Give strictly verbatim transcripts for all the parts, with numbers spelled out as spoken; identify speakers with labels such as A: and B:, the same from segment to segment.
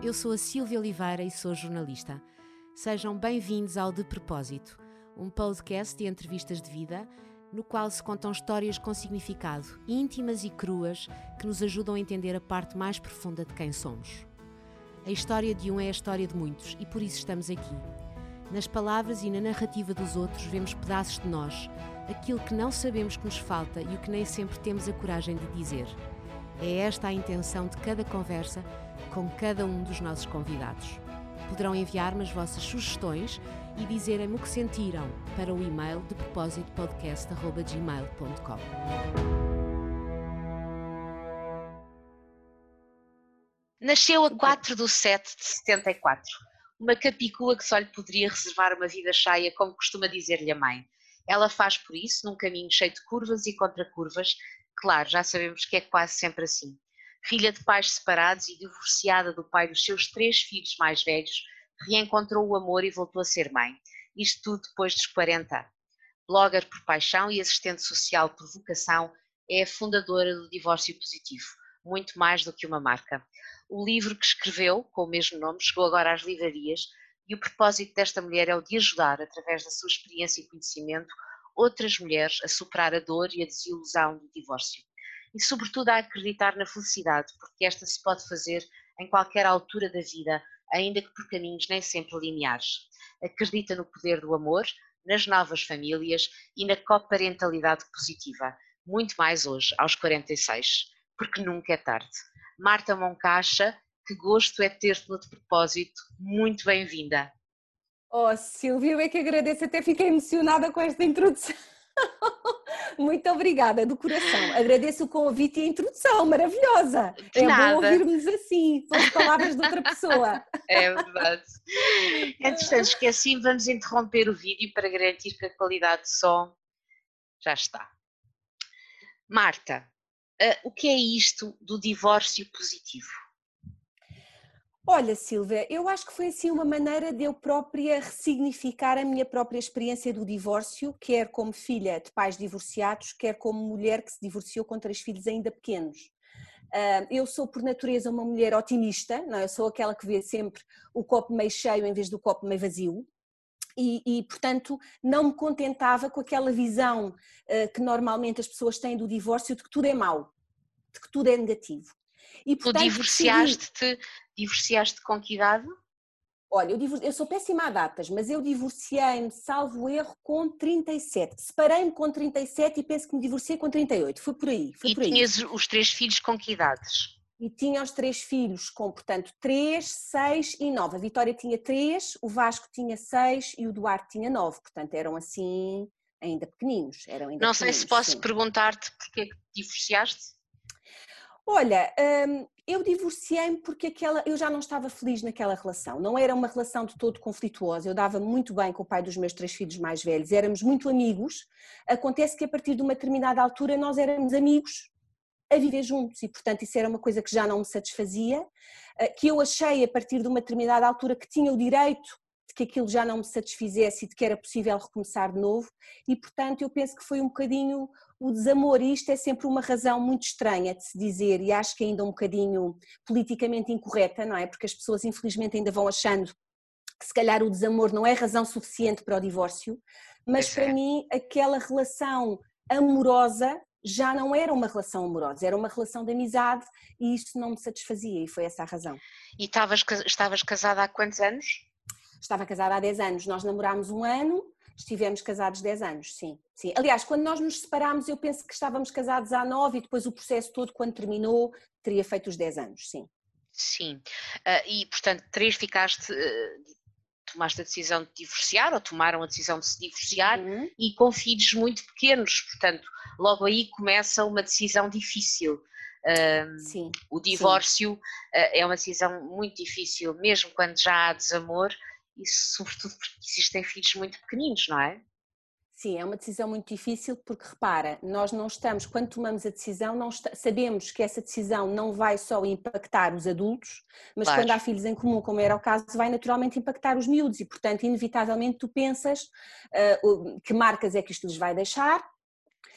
A: eu sou a Sílvia Oliveira e sou jornalista. Sejam bem-vindos ao De Propósito, um podcast de entrevistas de vida, no qual se contam histórias com significado, íntimas e cruas, que nos ajudam a entender a parte mais profunda de quem somos. A história de um é a história de muitos e por isso estamos aqui. Nas palavras e na narrativa dos outros vemos pedaços de nós, aquilo que não sabemos que nos falta e o que nem sempre temos a coragem de dizer. É esta a intenção de cada conversa com cada um dos nossos convidados. Poderão enviar-me as vossas sugestões e dizerem-me o que sentiram para o e-mail de propósito podcast arroba gmail ponto com.
B: Nasceu a quatro de setembro de setenta e quatro, uma capicua que só lhe poderia reservar uma vida cheia, como costuma dizer-lhe a mãe. Ela faz por isso num caminho cheio de curvas e contracurvas, claro, já sabemos que é quase sempre assim. Filha de pais separados e divorciada do pai dos seus três filhos mais velhos, reencontrou o amor e voltou a ser mãe. Isto tudo depois dos quarenta. Blogger por paixão e assistente social por vocação, é a fundadora do Divórcio Positivo, muito mais do que uma marca. O livro que escreveu, com o mesmo nome, chegou agora às livrarias e o propósito desta mulher é o de ajudar, através da sua experiência e conhecimento, outras mulheres a superar a dor e a desilusão do divórcio. E sobretudo a acreditar na felicidade, porque esta se pode fazer em qualquer altura da vida, ainda que por caminhos nem sempre lineares. Acredita no poder do amor, nas novas famílias e na coparentalidade positiva, muito mais hoje, aos quarenta e seis, porque nunca é tarde. Marta Moncacha, que gosto é ter-te no De Propósito, muito bem-vinda.
C: Oh, Sílvia, eu é que agradeço, até fiquei emocionada com esta introdução. Muito obrigada, do coração. Agradeço o convite e a introdução, maravilhosa.
B: De
C: é
B: nada.
C: bom ouvirmos assim, são as palavras de outra pessoa.
B: É verdade. Entretanto, esqueci, vamos interromper o vídeo para garantir que a qualidade de som já está. Marta, uh, o que é isto do divórcio positivo?
C: Olha, Sílvia, eu acho que foi assim uma maneira de eu própria ressignificar a minha própria experiência do divórcio, quer como filha de pais divorciados, quer como mulher que se divorciou com três filhos ainda pequenos. Eu sou por natureza uma mulher otimista, não é? Eu sou aquela que vê sempre o copo meio cheio em vez do copo meio vazio. E, e, portanto, não me contentava com aquela visão uh, que normalmente as pessoas têm do divórcio, de que tudo é mau, de que tudo é negativo. E,
B: tu
C: portanto,
B: divorciaste-te,
C: decidi...
B: divorciaste com que idade?
C: Olha, eu, divor... eu sou péssima a datas, mas eu divorciei-me, salvo erro, com trinta e sete. Separei-me com trinta e sete e penso que me divorciei com trinta e oito, foi por aí. Foi
B: e
C: por aí.
B: tinhas os três filhos com que idades?
C: E tinha os três filhos com, portanto, três, seis e nove. A Vitória tinha três, o Vasco tinha seis e o Duarte tinha nove. Portanto, eram assim, ainda pequeninos. Eram ainda
B: Não sei se posso
C: sim.
B: perguntar-te porque é que te divorciaste?
C: Olha, hum, eu divorciei-me porque aquela, eu já não estava feliz naquela relação. Não era uma relação de todo conflituosa. Eu dava muito bem com o pai dos meus três filhos mais velhos. Éramos muito amigos. Acontece que a partir de uma determinada altura nós éramos amigos a viver juntos e, portanto, isso era uma coisa que já não me satisfazia, que eu achei a partir de uma determinada altura que tinha o direito de que aquilo já não me satisfizesse e de que era possível recomeçar de novo e, portanto, eu penso que foi um bocadinho o desamor e isto é sempre uma razão muito estranha de se dizer e acho que ainda um bocadinho politicamente incorreta, não é? Porque as pessoas infelizmente ainda vão achando que se calhar o desamor não é razão suficiente para o divórcio, mas
B: Pois
C: para
B: é.
C: mim aquela relação amorosa já não era uma relação amorosa, era uma relação de amizade e isto não me satisfazia e foi essa a razão.
B: E estavas, estavas casada há quantos anos?
C: Estava casada há dez anos, nós namorámos um ano, estivemos casados dez anos, sim, sim. Aliás, quando nós nos separámos eu penso que estávamos casados há nove e depois o processo todo quando terminou teria feito os dez anos, sim.
B: Sim, uh, e portanto três ficaste, uh, tomaste a decisão de divorciar ou tomaram a decisão de se divorciar
C: Uhum.
B: e com filhos muito pequenos, portanto logo aí começa uma decisão difícil. Uh,
C: sim,
B: o divórcio uh, é uma decisão muito difícil, mesmo quando já há desamor e sobretudo porque existem filhos muito pequeninos, não é?
C: Sim, é uma decisão muito difícil porque, repara, nós não estamos, quando tomamos a decisão, não está, sabemos que essa decisão não vai só impactar os adultos, mas
B: Claro.
C: Quando há filhos em comum, como era o caso, vai naturalmente impactar os miúdos e, portanto, inevitavelmente tu pensas uh, que marcas é que isto lhes vai deixar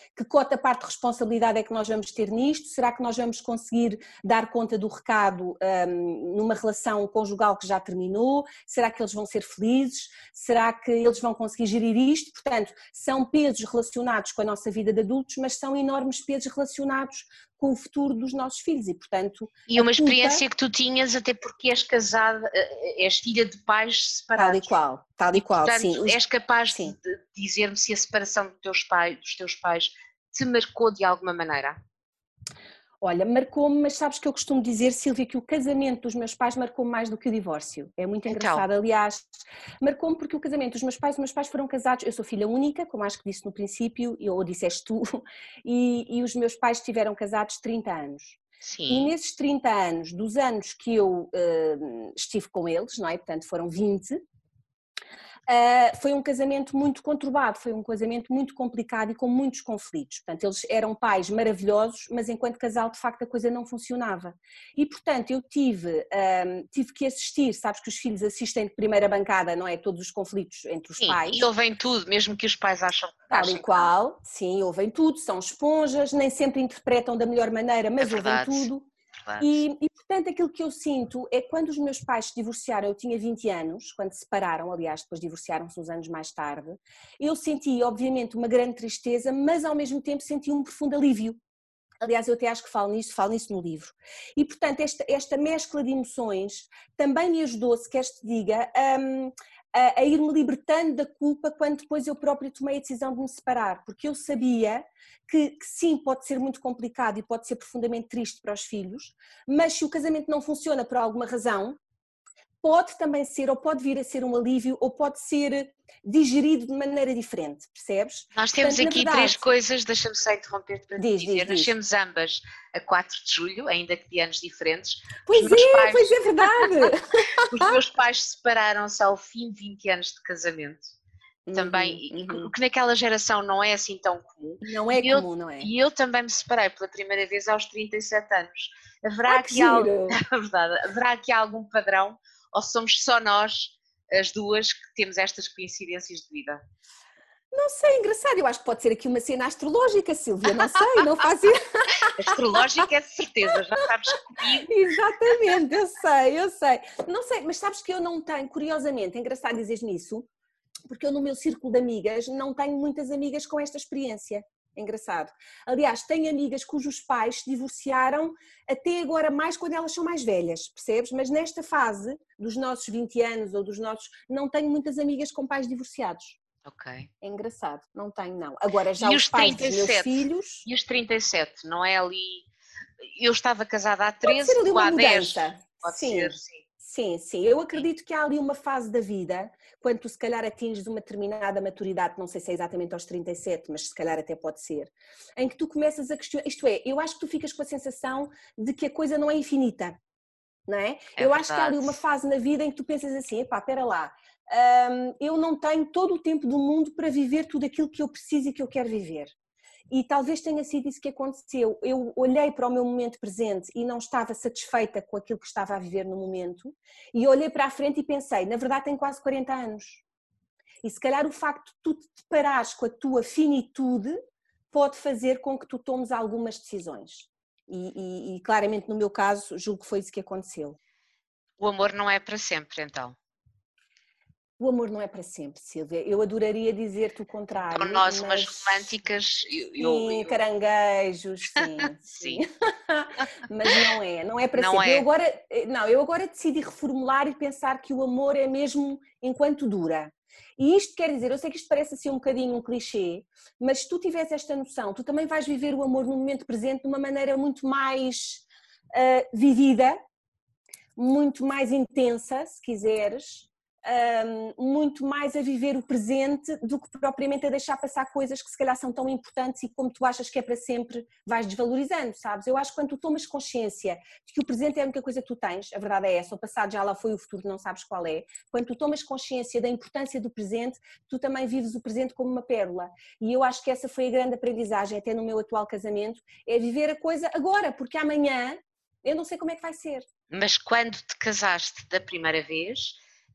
C: Que cota parte de responsabilidade é que nós vamos ter nisto? Será que nós vamos conseguir dar conta do recado um, numa relação conjugal que já terminou? Será que eles vão ser felizes? Será que eles vão conseguir gerir isto? Portanto, são pesos relacionados com a nossa vida de adultos, mas são enormes pesos relacionados com o futuro dos nossos filhos e, portanto...
B: E uma
C: culpa,
B: experiência que tu tinhas até porque és casada, és filha de pais separados.
C: Tal e qual, tal e qual,
B: portanto,
C: sim.
B: És capaz
C: sim.
B: de dizer-me se a separação dos teus pais, dos teus pais te marcou de alguma maneira?
C: Olha, marcou-me, mas sabes que eu costumo dizer, Sílvia, que o casamento dos meus pais marcou-me mais do que o divórcio. É muito engraçado, então. Aliás, marcou-me porque o casamento dos meus pais, os meus pais foram casados, eu sou filha única, como acho que disse no princípio, ou disseste tu, e, e os meus pais estiveram casados trinta anos.
B: Sim.
C: E nesses trinta anos, dos anos que eu uh, estive com eles, não é? Portanto foram vinte, Uh, foi um casamento muito conturbado, foi um casamento muito complicado e com muitos conflitos. Portanto, eles eram pais maravilhosos, mas enquanto casal, de facto, a coisa não funcionava. E, portanto, eu tive, um, tive que assistir, sabes que os filhos assistem de primeira bancada, não é? Todos os conflitos entre os
B: sim,
C: pais.
B: E ouvem tudo, mesmo que os pais acham que
C: Tal e qual, sim, ouvem tudo, são esponjas, nem sempre interpretam da melhor maneira, mas
B: é
C: ouvem tudo. E, e, portanto, aquilo que eu sinto é que quando os meus pais se divorciaram, eu tinha vinte anos, quando se separaram, aliás, depois divorciaram-se uns anos mais tarde, eu senti, obviamente, uma grande tristeza, mas ao mesmo tempo senti um profundo alívio. Aliás, eu até acho que falo nisso, falo nisso no livro. E, portanto, esta, esta mescla de emoções também me ajudou, se queres te diga, um, a, a ir-me libertando da culpa quando depois eu própria tomei a decisão de me separar, porque eu sabia que, que sim, pode ser muito complicado e pode ser profundamente triste para os filhos, mas se o casamento não funciona por alguma razão, pode também ser, ou pode vir a ser um alívio, ou pode ser digerido de maneira diferente, percebes?
B: Nós temos
C: Portanto,
B: aqui
C: verdade,
B: três coisas, deixa-me só interromper para
C: diz,
B: te dizer,
C: diz,
B: nascemos
C: diz.
B: ambas a quatro de julho, ainda que de anos diferentes.
C: Pois
B: os
C: é,
B: pais,
C: pois é verdade!
B: Os meus pais separaram-se ao fim de vinte anos de casamento, também,
C: uhum, uhum.
B: o que naquela geração não é assim tão comum.
C: Não é
B: e eu,
C: comum, não é?
B: E eu também me separei pela primeira vez aos trinta e sete anos. Haverá,
C: ah,
B: aqui, algo,
C: é
B: verdade, haverá aqui algum padrão ou somos só nós, as duas, que temos estas coincidências de vida?
C: Não sei, engraçado, eu acho que pode ser aqui uma cena astrológica, Sílvia, não sei, não faz ideia.
B: Astrológica é de certeza, já sabes comigo.
C: Exatamente, eu sei, eu sei. Não sei, mas sabes que eu não tenho, curiosamente, é engraçado dizeres-me isso, porque eu no meu círculo de amigas não tenho muitas amigas com esta experiência. É engraçado. Aliás, tenho amigas cujos pais se divorciaram até agora mais quando elas são mais velhas, percebes? Mas nesta fase dos nossos vinte anos ou dos nossos, não tenho muitas amigas com pais divorciados.
B: Ok.
C: É engraçado, não tenho não. Agora já
B: e
C: os,
B: os
C: pais dos meus filhos...
B: E os trinta e sete, não é ali... Eu estava casada há
C: treze, pode ser ali uma
B: há
C: mudança.
B: dez. Pode
C: sim.
B: ser, sim.
C: Sim, sim, eu acredito que há ali uma fase da vida, quando tu se calhar atinges uma determinada maturidade, não sei se é exatamente aos trinta e sete, mas se calhar até pode ser, em que tu começas a questionar, isto é, eu acho que tu ficas com a sensação de que a coisa não é infinita, não é?
B: É
C: eu
B: verdade.
C: Acho que há ali uma fase na vida em que tu pensas assim, epá, espera lá, hum, eu não tenho todo o tempo do mundo para viver tudo aquilo que eu preciso e que eu quero viver. E talvez tenha sido isso que aconteceu. Eu olhei para o meu momento presente e não estava satisfeita com aquilo que estava a viver no momento, e olhei para a frente e pensei, na verdade tenho quase quarenta anos. E se calhar o facto de tu te deparares com a tua finitude pode fazer com que tu tomes algumas decisões. E, e, e claramente no meu caso julgo que foi isso que aconteceu.
B: O amor não é para sempre, então?
C: O amor não é para sempre, Sílvia. Eu adoraria dizer-te o contrário.
B: Para nós,
C: mas...
B: umas românticas... Eu,
C: sim,
B: eu...
C: caranguejos, sim. sim.
B: sim.
C: Mas não é, não é para
B: não
C: sempre.
B: É.
C: Eu agora, não, eu agora decidi reformular e pensar que o amor é mesmo enquanto dura. E isto quer dizer, eu sei que isto parece assim um bocadinho um clichê, mas se tu tiveres esta noção, tu também vais viver o amor no momento presente de uma maneira muito mais uh, vivida, muito mais intensa, se quiseres, um, muito mais a viver o presente do que propriamente a deixar passar coisas que se calhar são tão importantes e como tu achas que é para sempre, vais desvalorizando, sabes? Eu acho que quando tu tomas consciência de que o presente é a única coisa que tu tens, a verdade é essa, o passado já lá foi, o futuro não sabes qual é, quando tu tomas consciência da importância do presente, tu também vives o presente como uma pérola. E eu acho que essa foi a grande aprendizagem, até no meu atual casamento, é viver a coisa agora, porque amanhã eu não sei como é que vai ser.
B: Mas quando te casaste da primeira vez,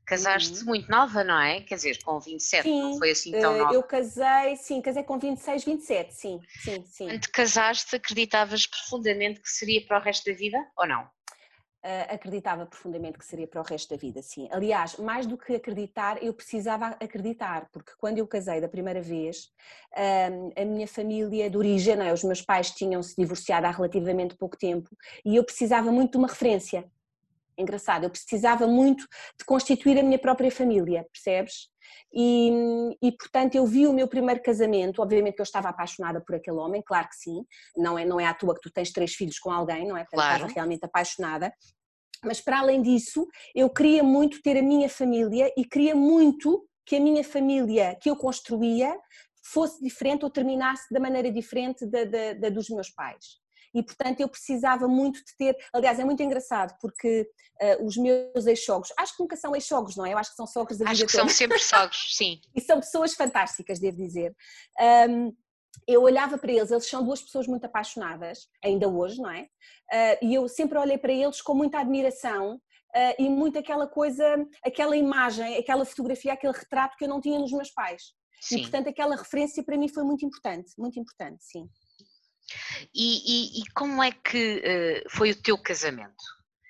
B: Casaste
C: Uhum.
B: muito nova, não é? Quer dizer, com vinte e sete, não
C: Sim,
B: foi assim tão
C: eh,
B: nova.
C: eu casei, sim, casei com vinte e seis, vinte e sete, sim, sim, sim.
B: Quando te casaste, acreditavas profundamente que seria para o resto da vida ou não?
C: Uh, acreditava profundamente que seria para o resto da vida, sim. Aliás, mais do que acreditar, eu precisava acreditar, porque quando eu casei da primeira vez, um, a minha família de origem, não é? Os meus pais tinham-se divorciado há relativamente pouco tempo e eu precisava muito de uma referência. Engraçado, eu precisava muito de constituir a minha própria família, percebes? E, e, portanto eu vi o meu primeiro casamento, obviamente que eu estava apaixonada por aquele homem, claro que sim, não é, não é à toa que tu tens três filhos com alguém, não é? Portanto
B: Claro.
C: estava realmente apaixonada, mas para além disso eu queria muito ter a minha família e queria muito que a minha família que eu construía fosse diferente ou terminasse da maneira diferente da, da, da dos meus pais. E, portanto, eu precisava muito de ter... Aliás, é muito engraçado porque uh, os meus ex-sogros, acho que nunca são ex-sogros, não é? Eu acho que são sogros da
B: Acho
C: vida
B: que
C: toda.
B: são sempre sogros, sim.
C: E são pessoas fantásticas, devo dizer. Um, eu olhava para eles, eles são duas pessoas muito apaixonadas, ainda hoje, não é? Uh, e eu sempre olhei para eles com muita admiração uh, e muito aquela coisa, aquela imagem, aquela fotografia, aquele retrato que eu não tinha nos meus pais.
B: Sim.
C: E, portanto, aquela referência para mim foi muito importante, muito importante, sim.
B: E, e, e como é que uh, foi o teu casamento?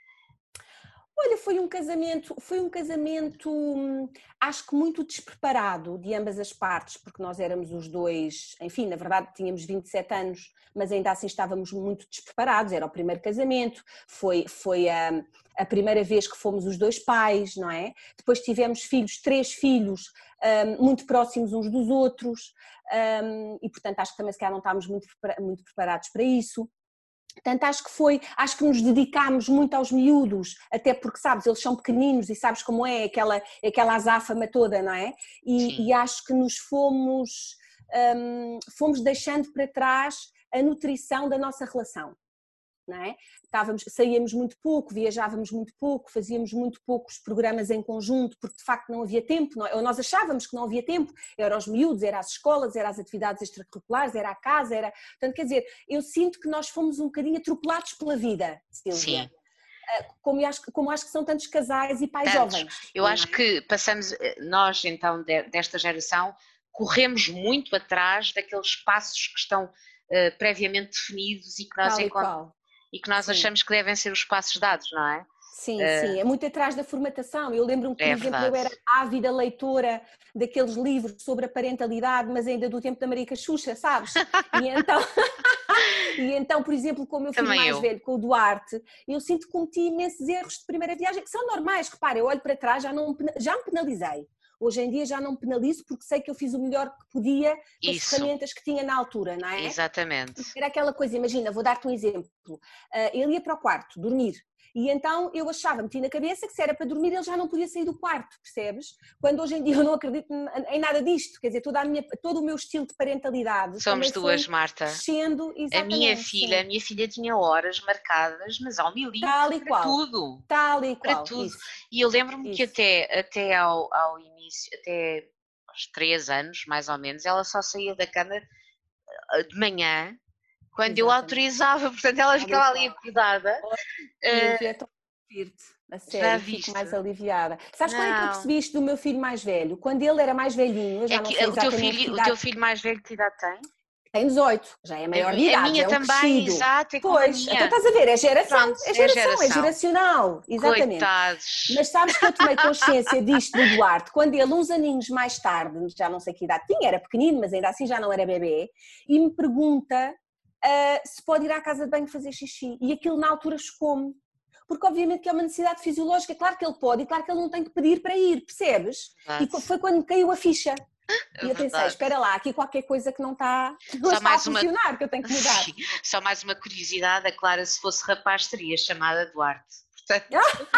C: Olha, foi um casamento, foi um casamento, acho que muito despreparado de ambas as partes, porque nós éramos os dois, enfim, na verdade tínhamos vinte e sete anos, mas ainda assim estávamos muito despreparados, era o primeiro casamento, foi, foi a, a primeira vez que fomos os dois pais, não é? Depois tivemos filhos, três filhos, um, muito próximos uns dos outros, um, e portanto acho que também se calhar não estávamos muito, muito preparados para isso. Portanto, acho que foi, acho que nos dedicámos muito aos miúdos, até porque, sabes, eles são pequeninos e sabes como é, aquela, aquela azáfama toda, não é? E, e acho que nos fomos, um, fomos deixando para trás a nutrição da nossa relação. Não é? Estávamos, saíamos muito pouco, viajávamos muito pouco, fazíamos muito poucos programas em conjunto, porque de facto não havia tempo, não é? Ou nós achávamos que não havia tempo, era aos miúdos, era às escolas, era às atividades extracurriculares, era à casa, era... Portanto, quer dizer, eu sinto que nós fomos um bocadinho atropelados pela vida, Sílvia.
B: Sim.
C: Como acho, como acho que são tantos casais e pais
B: Tantos.
C: jovens.
B: Eu acho é? que passamos, nós então desta geração, corremos muito atrás daqueles passos que estão uh, previamente definidos e que nós encontramos. E que nós sim. achamos que devem ser os passos dados, não é?
C: Sim, uh, sim, é muito atrás da formatação. Eu lembro-me que, por
B: é
C: exemplo,
B: verdade.
C: eu era ávida leitora daqueles livros sobre a parentalidade, mas ainda do tempo da Marica Xuxa, sabes? E então, e então, por exemplo, com o meu filho
B: Também
C: mais
B: eu.
C: velho, com o Duarte, eu sinto que cometi imensos erros de primeira viagem, que são normais, repara, eu olho para trás, já, não, já me penalizei. Hoje em dia já não me penalizo porque sei que eu fiz o melhor que podia com as ferramentas que tinha na altura, não é?
B: Exatamente.
C: Era aquela coisa, imagina, vou dar-te um exemplo. Ele ia para o quarto dormir e então eu achava, meti na cabeça que se era para dormir ele já não podia sair do quarto, percebes? Quando hoje em dia eu não acredito em nada disto, quer dizer, toda a minha, todo o meu estilo de parentalidade
B: Somos
C: também
B: duas,
C: foi
B: Marta.
C: crescendo. Exatamente,
B: a minha filha, sim. a minha filha tinha horas marcadas, mas ao milímetro para qual. tudo.
C: Tal e
B: para
C: qual.
B: tudo.
C: Isso.
B: E eu lembro-me
C: Isso.
B: que até, até ao, ao início, até aos três anos, mais ou menos, ela só saía da cama de manhã, quando Exatamente. eu autorizava, portanto ela ficava ali acordada.
C: Silvia, estou a ouvir-te, a sério, fico mais aliviada. Sabes
B: Não.
C: quando é que eu percebi isto do meu filho mais velho? Quando ele era mais velhinho, eu já
B: é que,
C: não sei exatamente
B: o teu filho,
C: que
B: idade... O teu filho mais velho que idade tem?
C: Tem dezoito, já é maior de idade,
B: a minha
C: é um
B: também,
C: crescido.
B: exato, é
C: pois,
B: como a minha.
C: Então estás a ver, é geração,
B: Pronto,
C: é geração, é,
B: geração.
C: é geracional, exatamente.
B: Coitados.
C: Mas sabes que eu tomei consciência disto do Duarte, quando ele, uns aninhos mais tarde, já não sei que idade tinha, era pequenino, mas ainda assim já não era bebê, e me pergunta uh, se pode ir à casa de banho fazer xixi, e aquilo na altura chocou-me. Porque obviamente que é uma necessidade fisiológica, claro que ele pode e claro que ele não tem que pedir para ir, percebes? Verdade. E foi quando me caiu a ficha. E eu pensei,
B: Verdade.
C: espera lá, aqui qualquer coisa que não está, não está a funcionar, uma... que eu tenho que mudar.
B: Sim. Só mais uma curiosidade, a Clara, se fosse rapaz, teria chamada Duarte. Portanto...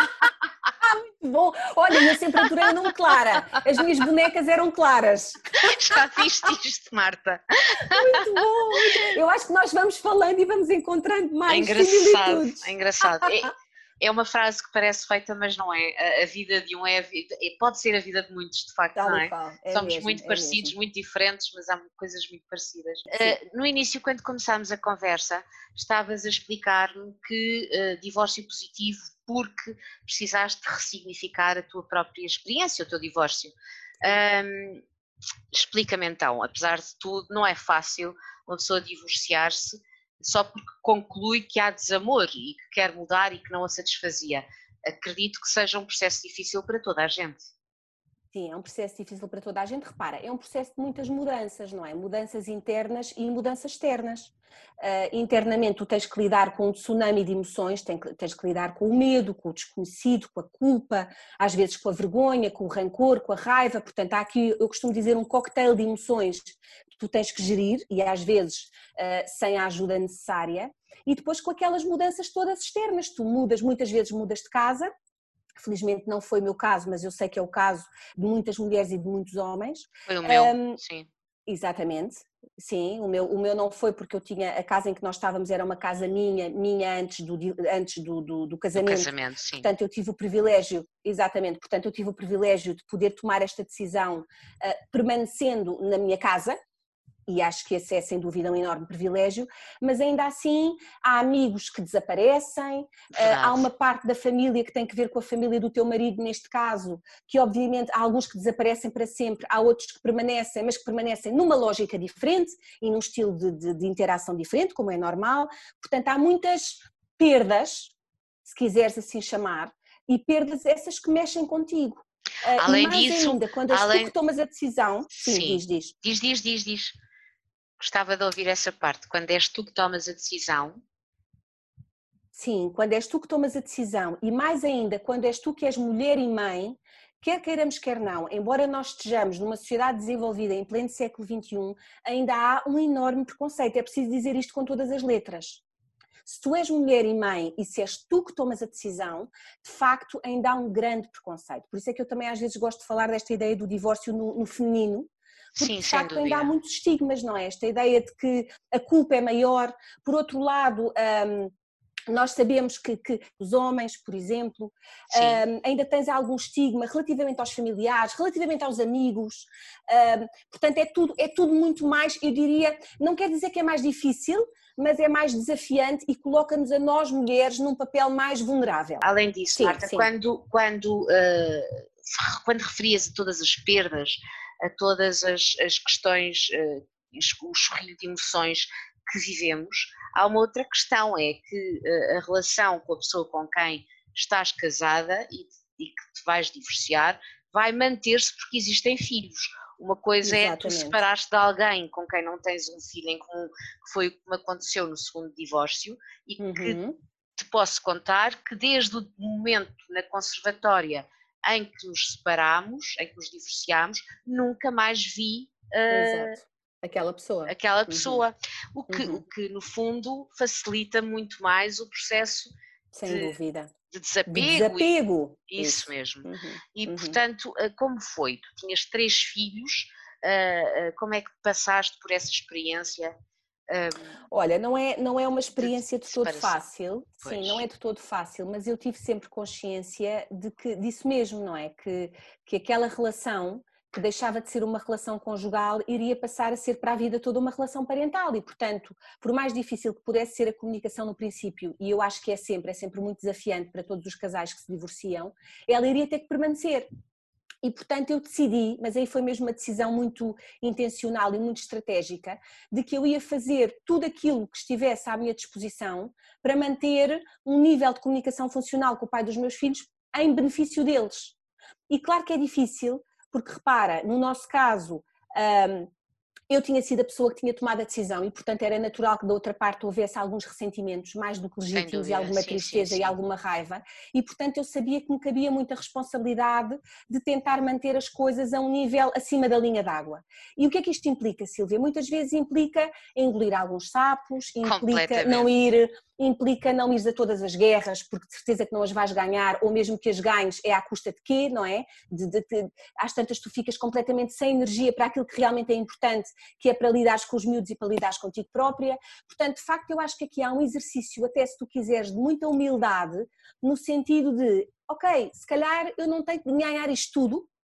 C: Ah, muito bom! Olha, eu sempre adorei o nome Clara, as minhas bonecas eram claras.
B: Já viste isto, Marta?
C: Muito bom! Eu acho que nós vamos falando e vamos encontrando mais
B: é engraçado,
C: similitudes.
B: É engraçado, é É uma frase que parece feita, mas não é. A, a vida de um é, a vida, pode ser a vida de muitos, de facto,
C: Tal
B: não é?
C: é
B: Somos
C: mesmo,
B: muito
C: é
B: parecidos,
C: mesmo.
B: muito diferentes, mas há coisas muito parecidas. Uh, no início, quando começámos a conversa, estavas a explicar-me que uh, divórcio positivo porque precisaste de ressignificar a tua própria experiência, o teu divórcio. Um, explica-me então, apesar de tudo, não é fácil uma pessoa divorciar-se só porque conclui que há desamor e que quer mudar e que não a satisfazia. Acredito que seja um processo difícil para toda a gente.
C: Sim, é um processo difícil para toda a gente. Repara, é um processo de muitas mudanças, não é? Mudanças internas e mudanças externas. Uh, internamente tu tens que lidar com um tsunami de emoções, tens que, tens que lidar com o medo, com o desconhecido, com a culpa, às vezes com a vergonha, com o rancor, com a raiva. Portanto, há aqui, eu costumo dizer, um cocktail de emoções que tu tens que gerir e às vezes uh, sem a ajuda necessária. E depois com aquelas mudanças todas externas. Tu mudas, muitas vezes mudas de casa. Felizmente não foi o meu caso, mas eu sei que é o caso de muitas mulheres e de muitos homens.
B: Foi o meu,
C: um,
B: sim.
C: Exatamente, sim, o meu, o meu não foi porque eu tinha, a casa em que nós estávamos era uma casa minha, minha antes do, antes do, do, do casamento,
B: do casamento sim.
C: Portanto eu tive o privilégio, exatamente, portanto eu tive o privilégio de poder tomar esta decisão uh, permanecendo na minha casa. E acho que esse é sem dúvida um enorme privilégio, mas ainda assim há amigos que desaparecem,
B: Verdade.
C: Há uma parte da família que tem que ver com a família do teu marido neste caso, que obviamente há alguns que desaparecem para sempre, há outros que permanecem, mas que permanecem numa lógica diferente e num estilo de, de, de interação diferente, como é normal, portanto há muitas perdas, se quiseres assim chamar, e perdas essas que mexem contigo.
B: Além
C: e mais
B: disso,
C: ainda, quando és
B: além...
C: tu que tomas a decisão, sim,
B: sim.
C: diz, diz.
B: Diz, diz, diz, diz. Gostava de ouvir essa parte, quando és tu que tomas a decisão.
C: Sim, quando és tu que tomas a decisão e mais ainda quando és tu que és mulher e mãe, quer queiramos quer não, embora nós estejamos numa sociedade desenvolvida em pleno século vinte e um, ainda há um enorme preconceito, é preciso dizer isto com todas as letras. Se tu és mulher e mãe e se és tu que tomas a decisão, de facto ainda há um grande preconceito. Por isso é que eu também às vezes gosto de falar desta ideia do divórcio no, no feminino, porque
B: Sim,
C: de facto
B: sem
C: ainda há
B: dúvida.
C: muitos estigmas, não é? Esta ideia de que a culpa é maior, por outro lado... Um, nós sabemos que, que os homens, por exemplo, um, ainda tens algum estigma relativamente aos familiares, relativamente aos amigos, um, portanto é tudo, é tudo muito mais, eu diria, não quer dizer que é mais difícil, mas é mais desafiante e coloca-nos a nós mulheres num papel mais vulnerável.
B: Além disso,
C: sim,
B: Marta,
C: sim.
B: quando, quando, uh, quando referias a todas as perdas, a todas as, as questões, uh, o chorrilho de emoções que vivemos, há uma outra questão, é que a relação com a pessoa com quem estás casada e, e que te vais divorciar vai manter-se porque existem filhos. Uma coisa Exatamente. É tu separaste de alguém com quem não tens um filho em comum, que foi o que me aconteceu no segundo divórcio, e
C: Uhum.
B: que te posso contar que desde o momento na conservatória em que nos separámos, em que nos divorciámos, nunca mais vi... Uh,
C: Exato. Aquela pessoa.
B: Aquela pessoa,
C: uhum.
B: o, que,
C: Uhum.
B: o que no fundo facilita muito mais o processo
C: Sem
B: de,
C: dúvida.
B: de desapego.
C: De desapego.
B: E, isso, isso mesmo.
C: Uhum.
B: E
C: uhum.
B: portanto, como foi? Tu tinhas três filhos, como é que passaste por essa experiência?
C: Olha, não é, não é uma experiência de, de todo
B: separação.
C: fácil,
B: Pois.
C: sim, não é de todo fácil, mas eu tive sempre consciência de que, disso mesmo, não é? Que, que aquela relação que deixava de ser uma relação conjugal iria passar a ser para a vida toda uma relação parental e, portanto, por mais difícil que pudesse ser a comunicação no princípio, e eu acho que é sempre, é sempre muito desafiante para todos os casais que se divorciam, ela iria ter que permanecer. E, portanto, eu decidi, mas aí foi mesmo uma decisão muito intencional e muito estratégica, de que eu ia fazer tudo aquilo que estivesse à minha disposição para manter um nível de comunicação funcional com o pai dos meus filhos em benefício deles. E claro que é difícil, porque repara, no nosso caso, um, eu tinha sido a pessoa que tinha tomado a decisão e, portanto, era natural que da outra parte houvesse alguns ressentimentos, mais do que legítimos,
B: dúvida,
C: e alguma
B: sim,
C: tristeza
B: sim, sim.
C: e alguma raiva, e, portanto, eu sabia que me cabia muita responsabilidade de tentar manter as coisas a um nível acima da linha d'água. E o que é que isto implica, Sílvia? Muitas vezes implica engolir alguns sapos, implica não ir... implica não ires a todas as guerras, porque de certeza que não as vais ganhar, ou mesmo que as ganhes é à custa de quê, não é? De, de, de, às tantas tu ficas completamente sem energia para aquilo que realmente é importante, que é para lidares com os miúdos e para lidares contigo própria. Portanto, de facto, eu acho que aqui há um exercício, até se tu quiseres, de muita humildade, no sentido de, ok, se calhar eu não tenho de ganhar isto tudo,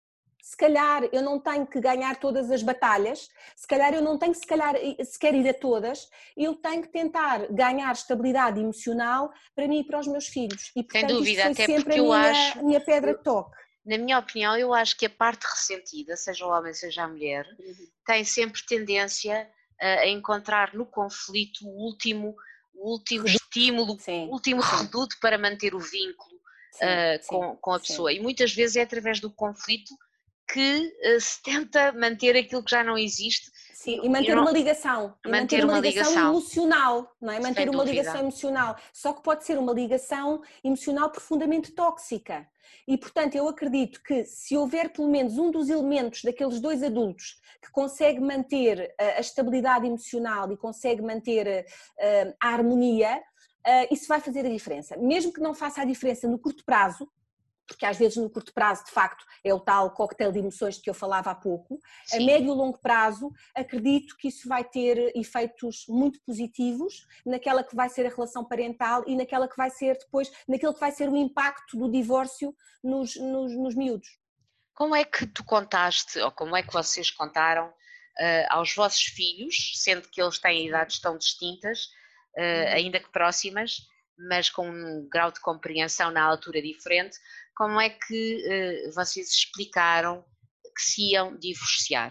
C: Se calhar eu não tenho que ganhar todas as batalhas, se calhar eu não tenho se calhar sequer ir a todas, eu tenho que tentar ganhar estabilidade emocional para mim e para os meus filhos. E portanto
B: Sem dúvida,
C: isto foi
B: até
C: sempre
B: porque
C: a
B: eu
C: minha,
B: acho,
C: a minha pedra de toque.
B: na minha opinião, eu acho que a parte ressentida, seja o homem, seja a mulher,
C: Uhum.
B: tem sempre tendência a encontrar no conflito o último, o último
C: Reduto.
B: estímulo,
C: Sim,
B: o último
C: sim.
B: reduto para manter o vínculo
C: Sim,
B: uh,
C: sim,
B: com, com a
C: sim.
B: pessoa. E muitas vezes é através do conflito que uh, se tenta manter aquilo que já não existe.
C: Sim,
B: e,
C: e manter
B: e não,
C: uma ligação, e manter
B: manter
C: uma
B: uma
C: ligação
B: ligação,
C: emocional, não é? Manter
B: sem
C: uma ligação
B: dúvida.
C: emocional, só que pode ser uma ligação emocional profundamente tóxica. E, portanto, eu acredito que se houver pelo menos um dos elementos daqueles dois adultos que consegue manter a estabilidade emocional e consegue manter a harmonia, isso vai fazer a diferença. Mesmo que não faça a diferença no curto prazo, porque às vezes no curto prazo, de facto, é o tal coquetel de emoções de que eu falava há pouco,
B: Sim.
C: A médio e longo prazo, acredito que isso vai ter efeitos muito positivos naquela que vai ser a relação parental e naquela que vai ser depois, naquilo que vai ser o impacto do divórcio nos, nos, nos miúdos.
B: Como é que tu contaste, ou como é que vocês contaram uh, aos vossos filhos, sendo que eles têm idades tão distintas, uh, uhum. ainda que próximas, mas com um grau de compreensão na altura diferente, como é que uh, vocês explicaram que se iam divorciar?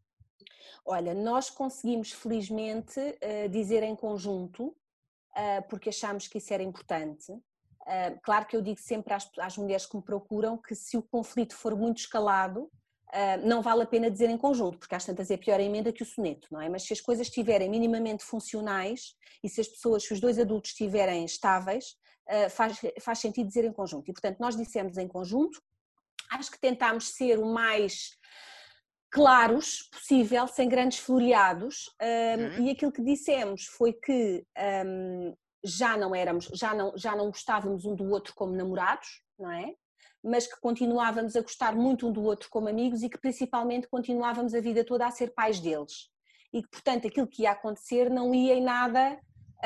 C: Olha, nós conseguimos felizmente uh, dizer em conjunto, uh, porque achámos que isso era importante. Uh, claro que eu digo sempre às, às mulheres que me procuram que se o conflito for muito escalado, uh, não vale a pena dizer em conjunto, porque às tantas é pior a emenda que o soneto, não é? Mas se as coisas estiverem minimamente funcionais e se as pessoas, se os dois adultos estiverem estáveis, uh, faz, faz sentido dizer em conjunto. E portanto nós dissemos em conjunto, acho que tentámos ser o mais claros possível, sem grandes floreados, um, uhum. E aquilo que dissemos foi que um, já não éramos, já não, já não gostávamos um do outro como namorados, não é? Mas que continuávamos a gostar muito um do outro como amigos e que principalmente continuávamos a vida toda a ser pais deles. E que, portanto, aquilo que ia acontecer não ia em nada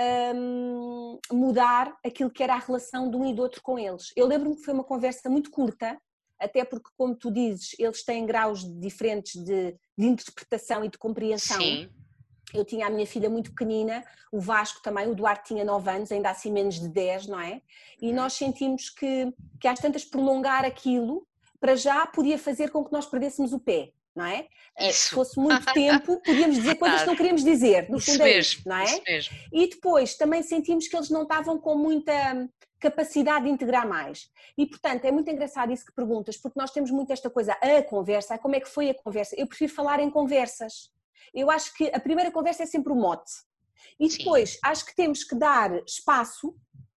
C: um, mudar aquilo que era a relação de um e do outro com eles. Eu lembro-me que foi uma conversa muito curta, até porque, como tu dizes, eles têm graus diferentes de, de interpretação e de compreensão.
B: Sim.
C: Eu tinha a minha filha muito pequenina, o Vasco também, o Duarte tinha nove anos, ainda assim menos de dez, não é? E nós sentimos que, que às tantas prolongar aquilo, para já podia fazer com que nós perdêssemos o pé, não é?
B: Isso.
C: Se fosse muito tempo, podíamos dizer coisas que não queríamos dizer, no
B: isso
C: fundo
B: mesmo,
C: é isso, não é?
B: Isso mesmo.
C: E depois também sentimos que eles não estavam com muita capacidade de integrar mais. E, portanto, é muito engraçado isso que perguntas, porque nós temos muito esta coisa, a conversa, como é que foi a conversa? Eu prefiro falar em conversas. Eu acho que a primeira conversa é sempre o mote. E depois, Sim. acho que temos que dar espaço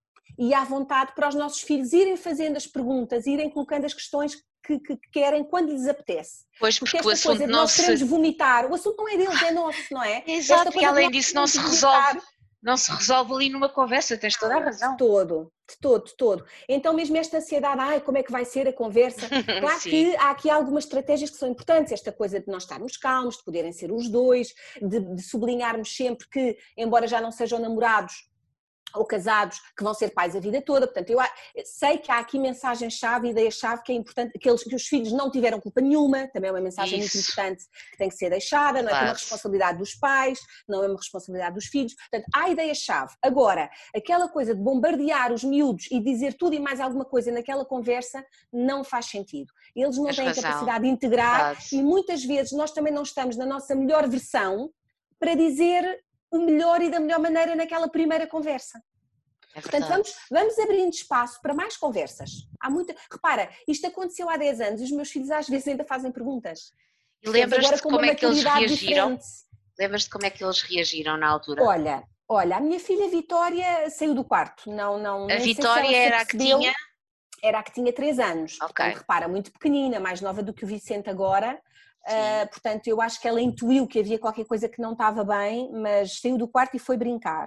C: e à vontade para os nossos filhos irem fazendo as perguntas, irem colocando as questões que, que querem quando lhes apetece.
B: Pois,
C: porque,
B: porque
C: esta coisa de nós se... queremos vomitar, o assunto não é deles, é nosso, não é?
B: Exato,
C: esta
B: e além disso não se resolve... Não se resolve ali numa conversa, tens toda a razão.
C: De todo, de todo, de todo. Então mesmo esta ansiedade, ai, como é que vai ser a conversa? Claro que há aqui algumas estratégias que são importantes, esta coisa de nós estarmos calmos, de poderem ser os dois, de, de sublinharmos sempre que, embora já não sejam namorados ou casados, que vão ser pais a vida toda. Portanto, eu sei que há aqui mensagem-chave, ideia-chave, que é importante, que, eles, que os filhos não tiveram culpa nenhuma, também é uma mensagem Isso. muito importante que tem que ser deixada, claro. Não é que é uma responsabilidade dos pais, não é uma responsabilidade dos filhos. Portanto, há ideia-chave. Agora, aquela coisa de bombardear os miúdos e dizer tudo e mais alguma coisa naquela conversa não faz sentido. Eles não Tens têm razão. capacidade de integrar Verdade. E muitas vezes nós também não estamos na nossa melhor versão para dizer o melhor e da melhor maneira naquela primeira conversa. É Portanto, vamos, vamos abrindo espaço para mais conversas. Há muita... Repara, isto aconteceu há dez anos e os meus filhos às vezes ainda fazem perguntas.
B: E lembras-te de como é que eles reagiram? Lembras-te como é que eles reagiram na altura?
C: Olha, olha, a minha filha Vitória saiu do quarto. Não, não,
B: a Vitória se era a que tinha?
C: Era a que tinha três anos.
B: Okay.
C: Portanto, repara, muito pequenina, mais nova do que o Vicente agora. Uh, portanto, eu acho que ela intuiu que havia qualquer coisa que não estava bem, mas saiu do quarto e foi brincar.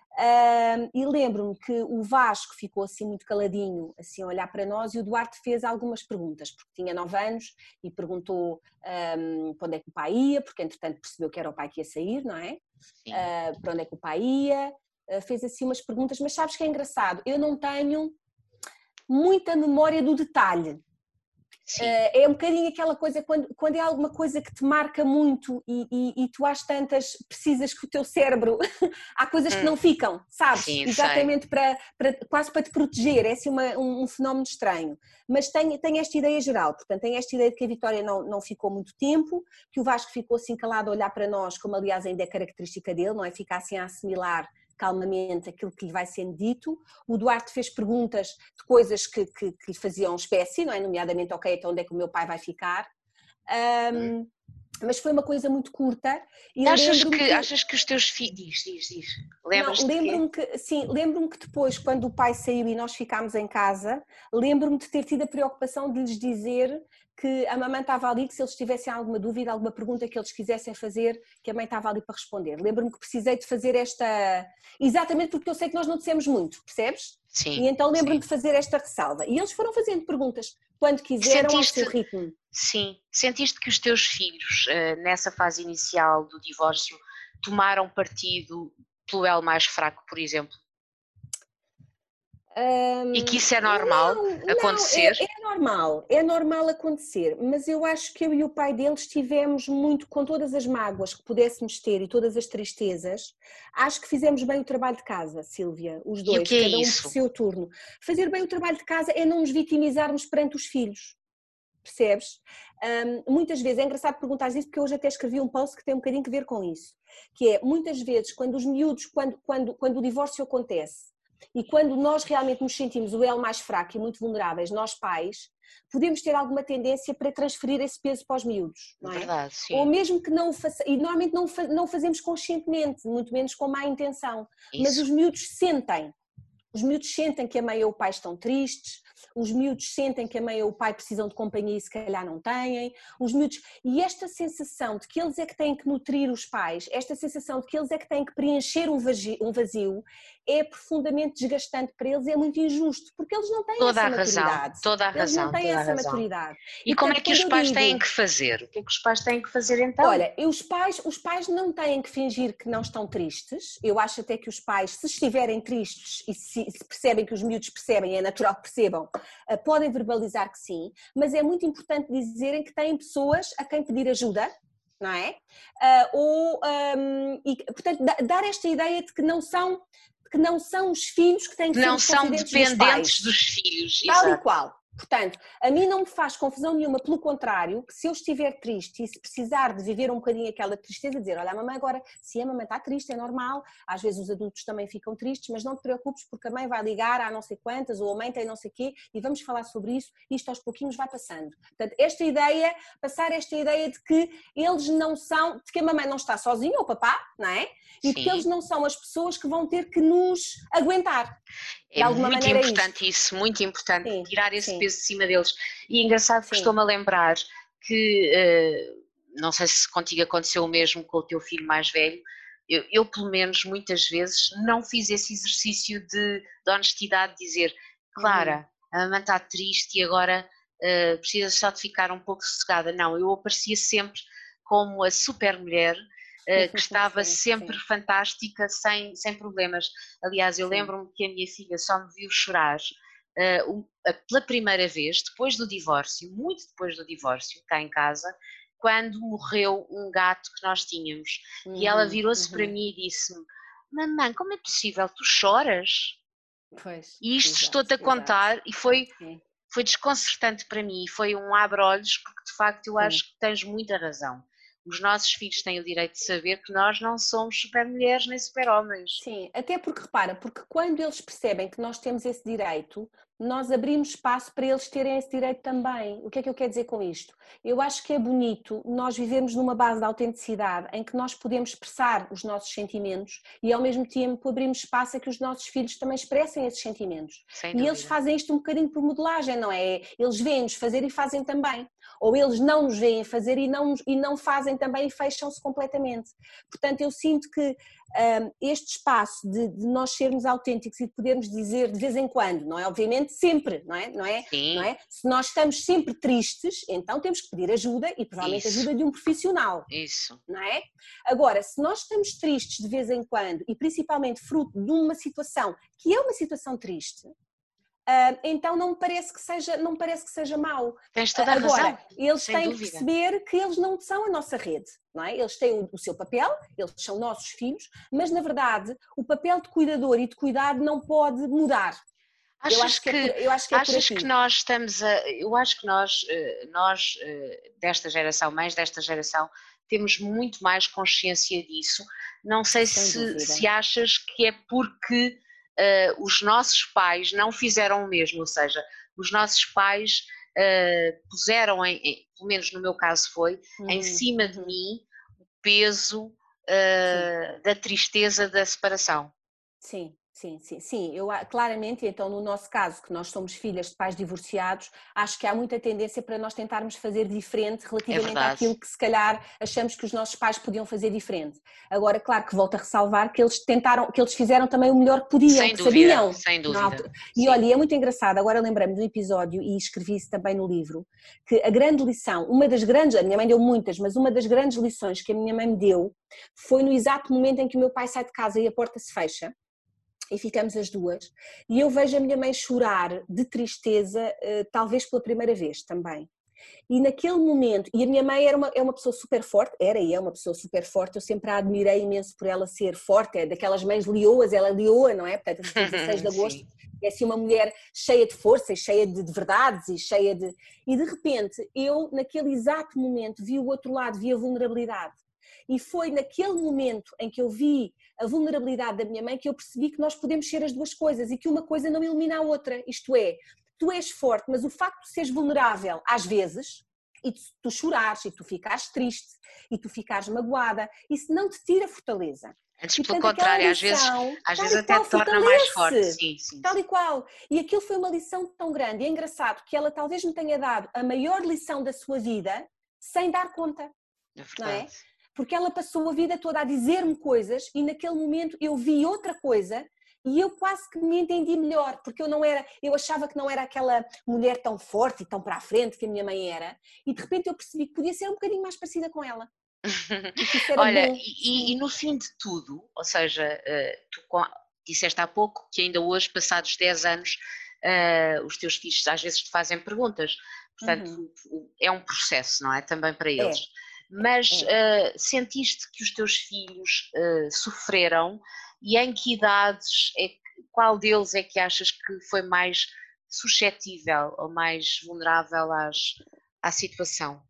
C: Uh, e lembro-me que o Vasco ficou assim muito caladinho, assim a olhar para nós, e o Duarte fez algumas perguntas, porque tinha nove anos e perguntou um, para onde é que o pai ia, porque entretanto percebeu que era o pai que ia sair, não é? Uh, para onde é que o pai ia, uh, fez assim umas perguntas, mas sabes que é engraçado, eu não tenho muita memória do detalhe.
B: Sim.
C: É um bocadinho aquela coisa, quando, quando é alguma coisa que te marca muito e, e, e tu às tantas precisas que o teu cérebro, há coisas que
B: hum.
C: não ficam, sabes?
B: Sim,
C: exatamente para, para, quase para te proteger, é assim uma, um, um fenómeno estranho. Mas tem, tem esta ideia geral, portanto tem esta ideia de que a Vitória não, não ficou muito tempo, que o Vasco ficou assim calado a olhar para nós, como aliás ainda é característica dele, não é? Ficar assim a assimilar calmamente aquilo que lhe vai sendo dito. O Duarte fez perguntas de coisas que, que, que lhe faziam espécie, não é? Nomeadamente, ok, então onde é que o meu pai vai ficar? Um, mas foi uma coisa muito curta. E
B: achas, que,
C: que...
B: achas que os teus filhos... Diz, diz, diz. Lembras-te
C: Não, lembro-me que, sim, lembro-me que depois, quando o pai saiu e nós ficámos em casa, lembro-me de ter tido a preocupação de lhes dizer que a mamãe estava ali, que se eles tivessem alguma dúvida, alguma pergunta que eles quisessem fazer, que a mãe estava ali para responder. Lembro-me que precisei de fazer esta... Exatamente porque eu sei que nós não dissemos muito, percebes?
B: Sim.
C: E então lembro-me
B: sim.
C: de fazer esta ressalva. E eles foram fazendo perguntas quando quiseram,
B: Sentiste...
C: ao seu ritmo.
B: Sim. Sentiste que os teus filhos, nessa fase inicial do divórcio, tomaram partido pelo elo mais fraco, por exemplo?
C: Um,
B: e que isso é normal
C: não,
B: acontecer?
C: Não, é, é normal, é normal acontecer, mas eu acho que eu e o pai deles tivemos muito, com todas as mágoas que pudéssemos ter e todas as tristezas, acho que fizemos bem o trabalho de casa, Sílvia, os dois,
B: e o que é
C: cada um
B: isso?
C: por seu turno. Fazer bem o trabalho de casa é não nos vitimizarmos perante os filhos. Percebes? Um, muitas vezes, é engraçado perguntar isso porque hoje até escrevi um post que tem um bocadinho a ver com isso, que é, muitas vezes, quando os miúdos, quando, quando, quando o divórcio acontece e quando nós realmente nos sentimos o elo mais fraco e muito vulneráveis, nós pais, podemos ter alguma tendência para transferir esse peso para os miúdos, não é?
B: Verdade, sim.
C: Ou mesmo que não o faça, e normalmente não, não o fazemos conscientemente, muito menos com má intenção,
B: isso.
C: mas os miúdos sentem, os miúdos sentem que a mãe ou o pai estão tristes, os miúdos sentem que a mãe ou o pai precisam de companhia e se calhar não têm, os miúdos... E esta sensação de que eles é que têm que nutrir os pais, esta sensação de que eles é que têm que preencher um vazio, um vazio é profundamente desgastante para eles e é muito injusto, porque eles não têm
B: toda
C: essa
B: a razão,
C: maturidade.
B: toda a
C: eles
B: razão,
C: não têm
B: toda
C: essa
B: a razão.
C: maturidade.
B: E, e como portanto, é que os pais digo, têm que fazer? O que é que os pais têm que fazer então?
C: Olha, os pais, os pais não têm que fingir que não estão tristes, eu acho até que os pais, se estiverem tristes e se, se percebem que os miúdos percebem, é natural que percebam, uh, podem verbalizar que sim, mas é muito importante dizerem que têm pessoas a quem pedir ajuda, não é? Uh, ou, um, e, portanto, dar esta ideia de que não são, que não são os filhos que têm que
B: não
C: ser os confidentes
B: são dependentes
C: dos, pais,
B: dos filhos,
C: tal
B: exato.
C: e qual. Portanto, a mim não me faz confusão nenhuma, pelo contrário, que se eu estiver triste e se precisar de viver um bocadinho aquela tristeza, dizer, olha, a mamãe agora, se a mamãe está triste, é normal, às vezes os adultos também ficam tristes, mas não te preocupes porque a mãe vai ligar a não sei quantas, ou a mãe tem não sei quê, e vamos falar sobre isso, e isto aos pouquinhos vai passando. Portanto, esta ideia, passar esta ideia de que eles não são, de que a mamãe não está sozinha, ou o papá, não é? E
B: Sim.
C: de que eles não são as pessoas que vão ter que nos aguentar.
B: É muito importante é isso, muito importante, sim, tirar esse sim. peso de cima deles. E engraçado que estou-me a lembrar que, uh, não sei se contigo aconteceu o mesmo com o teu filho mais velho, eu, eu pelo menos muitas vezes não fiz esse exercício de, de honestidade, de dizer, Clara, uhum. a mamãe está triste e agora uh, precisa só de ficar um pouco sossegada. Não, eu aparecia sempre como a super mulher, Uh, que estava sim, sempre sim. fantástica, sem, sem problemas. Aliás, eu lembro-me que a minha filha só me viu chorar uh, um, uh, pela primeira vez, depois do divórcio, muito depois do divórcio, cá em casa, quando morreu um gato que nós tínhamos. Uhum, e ela virou-se uhum. para mim e disse-me, mamãe, como é possível? Tu choras?
C: Pois,
B: e isto estou-te a contar exato. E foi, foi desconcertante para mim, foi um abre-olhos, porque de facto eu sim. acho que tens muita razão. Os nossos filhos têm o direito de saber que nós não somos super mulheres nem super homens.
C: Sim, até porque repara, porque quando eles percebem que nós temos esse direito, nós abrimos espaço para eles terem esse direito também. O que é que eu quero dizer com isto? Eu acho que é bonito nós vivermos numa base de autenticidade em que nós podemos expressar os nossos sentimentos e ao mesmo tempo abrimos espaço a que os nossos filhos também expressem esses sentimentos.
B: Sem
C: e
B: dúvida.
C: Eles fazem isto um bocadinho por modelagem, não é? Eles veem-nos fazer e fazem também. Ou eles não nos veem fazer e não, e não fazem também e fecham-se completamente. Portanto, eu sinto que um, este espaço de, de nós sermos autênticos e de podermos dizer de vez em quando, não é? Obviamente sempre, não é? Não é?
B: Sim.
C: Não é? Se nós estamos sempre tristes, então temos que pedir ajuda e provavelmente
B: Isso.
C: ajuda de um profissional.
B: Isso.
C: Não é? Agora, se nós estamos tristes de vez em quando e principalmente fruto de uma situação que é uma situação triste, Uh, então não me parece que seja, não me parece que seja mau.
B: Tens toda a
C: Agora,
B: razão.
C: eles
B: sem
C: têm
B: dúvida.
C: que perceber que eles não são a nossa rede, não é? Eles têm o, o seu papel, eles são nossos filhos, mas na verdade o papel de cuidador e de cuidado não pode mudar.
B: Achas
C: eu acho que,
B: que,
C: é por, eu acho que é por
B: achas
C: aqui.
B: que nós estamos a, eu acho que nós, nós desta geração, mães desta geração, temos muito mais consciência disso. Não sei se, se achas que é porque uh, os nossos pais não fizeram o mesmo, ou seja, os nossos pais uh, puseram, em, em, pelo menos no meu caso foi, uhum, em cima uhum. de mim o peso uh, da tristeza da separação.
C: Sim. Sim, sim, sim, eu claramente, então no nosso caso, que nós somos filhas de pais divorciados, acho que há muita tendência para nós tentarmos fazer diferente relativamente
B: é
C: àquilo que se calhar achamos que os nossos pais podiam fazer diferente. Agora, claro que volto a ressalvar que eles tentaram, que eles fizeram também o melhor que podiam,
B: sem
C: que
B: dúvida,
C: sabiam.
B: Sem dúvida.
C: E sim. Olha, é muito engraçado, agora lembrei-me de um episódio e escrevi isso também no livro, que a grande lição, uma das grandes, a minha mãe deu muitas, mas uma das grandes lições que a minha mãe me deu foi no exato momento em que o meu pai sai de casa e a porta se fecha, e ficamos as duas, e eu vejo a minha mãe chorar de tristeza, talvez pela primeira vez também. E naquele momento, e a minha mãe era uma, é uma pessoa super forte, era e é uma pessoa super forte, eu sempre a admirei imenso por ela ser forte, é daquelas mães leoas, ela é leoa, não é? Portanto, no dezasseis de agosto, é assim uma mulher cheia de força e cheia de, de verdades e cheia de... E de repente, eu naquele exato momento vi o outro lado, vi a vulnerabilidade. E foi naquele momento em que eu vi a vulnerabilidade da minha mãe que eu percebi que nós podemos ser as duas coisas e que uma coisa não elimina a outra. Isto é, tu és forte, mas o facto de seres vulnerável às vezes, e tu chorares, e tu ficares triste, e tu ficares magoada, isso não te tira fortaleza.
B: Antes,
C: e,
B: pelo
C: portanto,
B: contrário,
C: lição,
B: às vezes, às vezes até
C: qual,
B: te torna
C: fortalece,
B: mais forte. Sim, sim,
C: tal
B: sim.
C: e qual. E aquilo foi uma lição tão grande. E é engraçado que ela talvez me tenha dado a maior lição da sua vida sem dar conta.
B: É verdade.
C: Não é? Porque ela passou a vida toda a dizer-me coisas e naquele momento eu vi outra coisa e eu quase que me entendi melhor, porque eu não era, eu achava que não era aquela mulher tão forte e tão para a frente que a minha mãe era, e de repente eu percebi que podia ser um bocadinho mais parecida com ela.
B: E que isso era Olha, bom. E, e no fim de tudo, ou seja, tu disseste há pouco que ainda hoje, passados dez anos, uh, os teus filhos às vezes te fazem perguntas, portanto uhum. é um processo, não é? Também para eles. É. Mas é. Uh, sentiste que os teus filhos uh, sofreram e em que idades, é, qual deles é que achas que foi mais suscetível ou mais vulnerável às, à situação?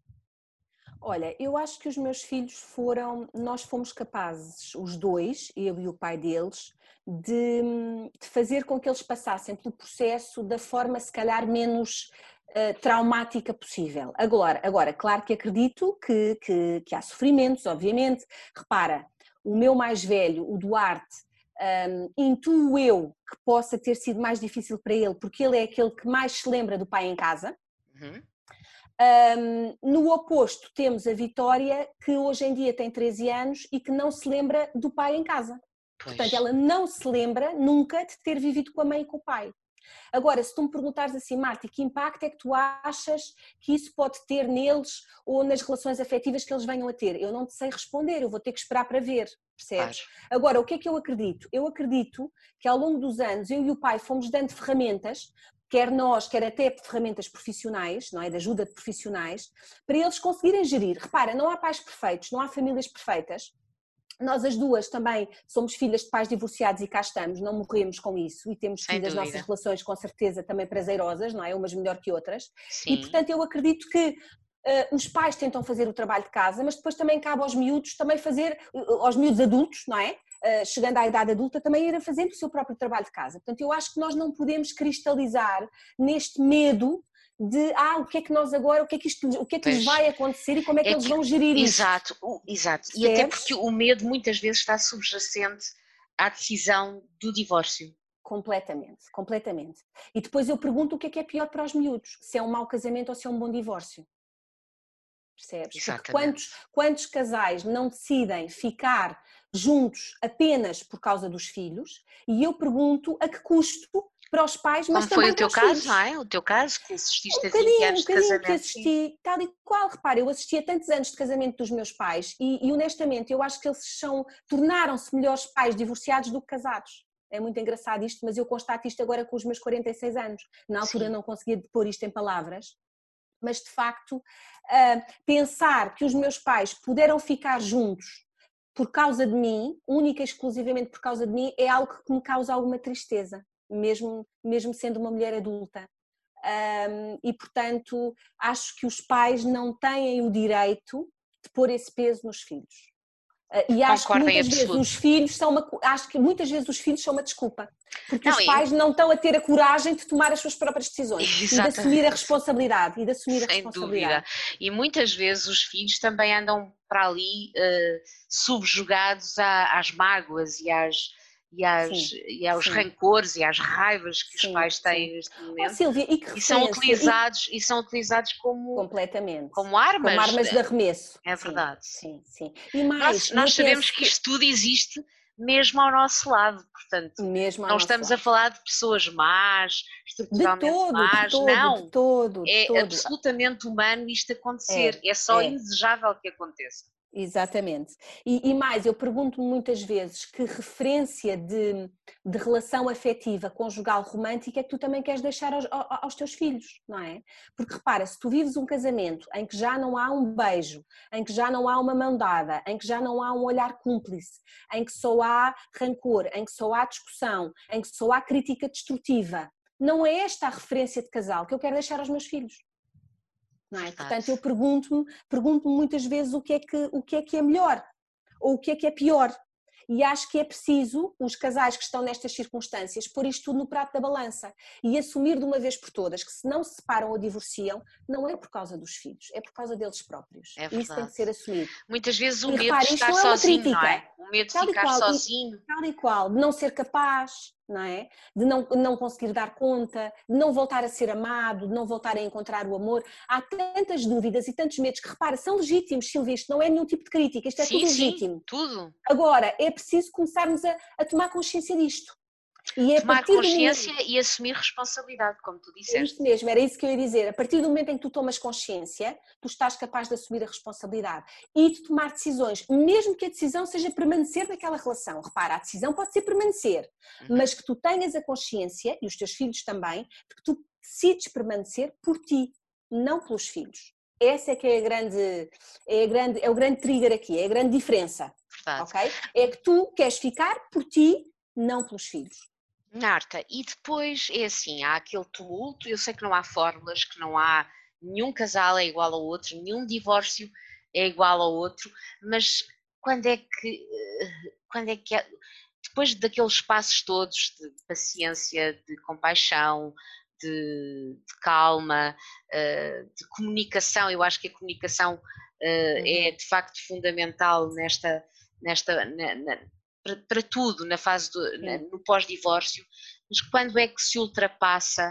C: Olha, eu acho que os meus filhos foram, nós fomos capazes, os dois, eu e o pai deles, de, de fazer com que eles passassem pelo processo da forma se calhar menos uh, traumática possível. Agora, agora, claro que acredito que, que, que há sofrimentos, obviamente. Repara, o meu mais velho, o Duarte, um, intuo eu que possa ter sido mais difícil para ele, porque ele é aquele que mais se lembra do pai em casa. Uhum. Um, no oposto temos a Vitória, que hoje em dia tem treze anos e que não se lembra do pai em casa. Pois. Portanto, ela não se lembra nunca de ter vivido com a mãe e com o pai. Agora, se tu me perguntares assim, Marta, que impacto é que tu achas que isso pode ter neles ou nas relações afetivas que eles venham a ter? Eu não te sei responder, eu vou ter que esperar para ver, percebes? Claro. Agora, o que é que eu acredito? Eu acredito que ao longo dos anos eu e o pai fomos dando ferramentas, quer nós, quer até ferramentas profissionais, não é? De ajuda de profissionais, para eles conseguirem gerir. Repara, não há pais perfeitos, não há famílias perfeitas. Nós as duas também somos filhas de pais divorciados e cá estamos, não morremos com isso e temos tido as nossas relações com certeza também prazerosas, não é? Umas melhor que outras. Sim. E portanto eu acredito que uh, os pais tentam fazer o trabalho de casa, mas depois também cabe aos miúdos também fazer, uh, aos miúdos adultos, não é? Uh, chegando à idade adulta, também ir fazendo o seu próprio trabalho de casa. Portanto, eu acho que nós não podemos cristalizar neste medo de, ah, o que é que nós agora, o que é que, isto, o que, é que lhes vai acontecer e como é que é eles que, vão gerir
B: exato,
C: isto.
B: Exato, e até porque o medo muitas vezes está subjacente à decisão do divórcio.
C: Completamente, completamente. E depois eu pergunto o que é que é pior para os miúdos, se é um mau casamento ou se é um bom divórcio. Percebes? Exatamente. Porque quantos, quantos casais não decidem ficar juntos apenas por causa dos filhos? E eu pergunto a que custo para os pais, mas
B: Como
C: também
B: foi o teu
C: para os
B: caso,
C: filhos.
B: não é? O teu caso, que assististe
C: um
B: a vinte anos
C: um
B: de casamento.
C: que assisti, sim. Tal e qual, repara, eu assisti a tantos anos de casamento dos meus pais e, e honestamente eu acho que eles são, tornaram-se melhores pais divorciados do que casados. É muito engraçado isto, mas eu constato isto agora com os meus quarenta e seis anos. Na altura Sim. não conseguia pôr isto em palavras, mas de facto uh, pensar que os meus pais puderam ficar juntos por causa de mim, única e exclusivamente por causa de mim, é algo que me causa alguma tristeza, mesmo, mesmo sendo uma mulher adulta. Um, e portanto acho que os pais não têm o direito de pôr esse peso nos filhos. E acho
B: Concordo
C: que muitas vezes os filhos são uma, acho que muitas vezes os filhos são uma desculpa, porque não, os pais eu... não estão a ter a coragem de tomar as suas próprias decisões Exatamente. e de assumir a responsabilidade e de assumir
B: Sem
C: a responsabilidade.
B: dúvida. E muitas vezes os filhos também andam para ali uh, subjugados à, às mágoas e às E, às, e aos sim. rancores e às raivas que sim, os pais têm sim. neste momento.
C: Oh, Sílvia, e, que
B: e, são utilizados, e... e são utilizados como,
C: completamente.
B: como armas.
C: Como armas de arremesso.
B: É verdade.
C: Sim, sim. E mais,
B: nós nós sabemos que isto tudo existe mesmo ao nosso lado, portanto,
C: mesmo
B: não estamos lado. a falar de pessoas más, estruturalmente
C: de todo,
B: más,
C: de todo,
B: não.
C: De todo, de
B: é
C: todo.
B: absolutamente humano isto acontecer, é, é só é. indesejável que aconteça.
C: Exatamente. E, e mais, eu pergunto-me muitas vezes que referência de, de relação afetiva, conjugal, romântica é que tu também queres deixar aos, aos teus filhos, não é? Porque repara, se tu vives um casamento em que já não há um beijo, em que já não há uma mão dada, em que já não há um olhar cúmplice, em que só há rancor, em que só há discussão, em que só há crítica destrutiva, não é esta a referência de casal que eu quero deixar aos meus filhos. Não é? Portanto, eu pergunto-me pergunto-me muitas vezes o que, é que, o que é que é melhor ou o que é que é pior. E acho que é preciso, os casais que estão nestas circunstâncias, pôr isto tudo no prato da balança e assumir de uma vez por todas que se não se separam ou divorciam, não é por causa dos filhos, é por causa deles próprios.
B: É
C: e isso tem que ser assumido.
B: Muitas vezes o
C: e,
B: medo
C: repare,
B: de estar
C: não é
B: sozinho,
C: crítica,
B: não é? O medo de
C: tal
B: ficar
C: qual,
B: sozinho.
C: E, tal e qual, de não ser capaz, não é? De não, não conseguir dar conta, de não voltar a ser amado, de não voltar a encontrar o amor. Há tantas dúvidas e tantos medos que, repara, são legítimos, Silvia, isto não é nenhum tipo de crítica, isto é
B: sim,
C: tudo
B: sim,
C: legítimo.
B: tudo.
C: Agora, é preciso começarmos a, a tomar consciência disto.
B: E é tomar consciência momento... e assumir responsabilidade, como tu disseste.
C: É isso mesmo, era isso que eu ia dizer. A partir do momento em que tu tomas consciência, tu estás capaz de assumir a responsabilidade e de tomar decisões, mesmo que a decisão seja permanecer naquela relação. Repara, a decisão pode ser permanecer, uhum. mas que tu tenhas a consciência, e os teus filhos também, de que tu decides permanecer por ti, não pelos filhos. Essa é que é a grande, é, a grande, é o grande trigger aqui, é a grande diferença.
B: Verdade.
C: Okay? É que tu queres ficar por ti, não pelos filhos.
B: Marta, e depois é assim, há aquele tumulto, eu sei que não há fórmulas, que não há, nenhum casal é igual ao outro, nenhum divórcio é igual ao outro, mas quando é que, quando é que é, depois daqueles passos todos de paciência, de compaixão, de, de calma, de comunicação, eu acho que a comunicação uhum. é de facto fundamental nesta, nesta na, na, Para, para tudo na fase do, na, no pós-divórcio, mas quando é que se ultrapassa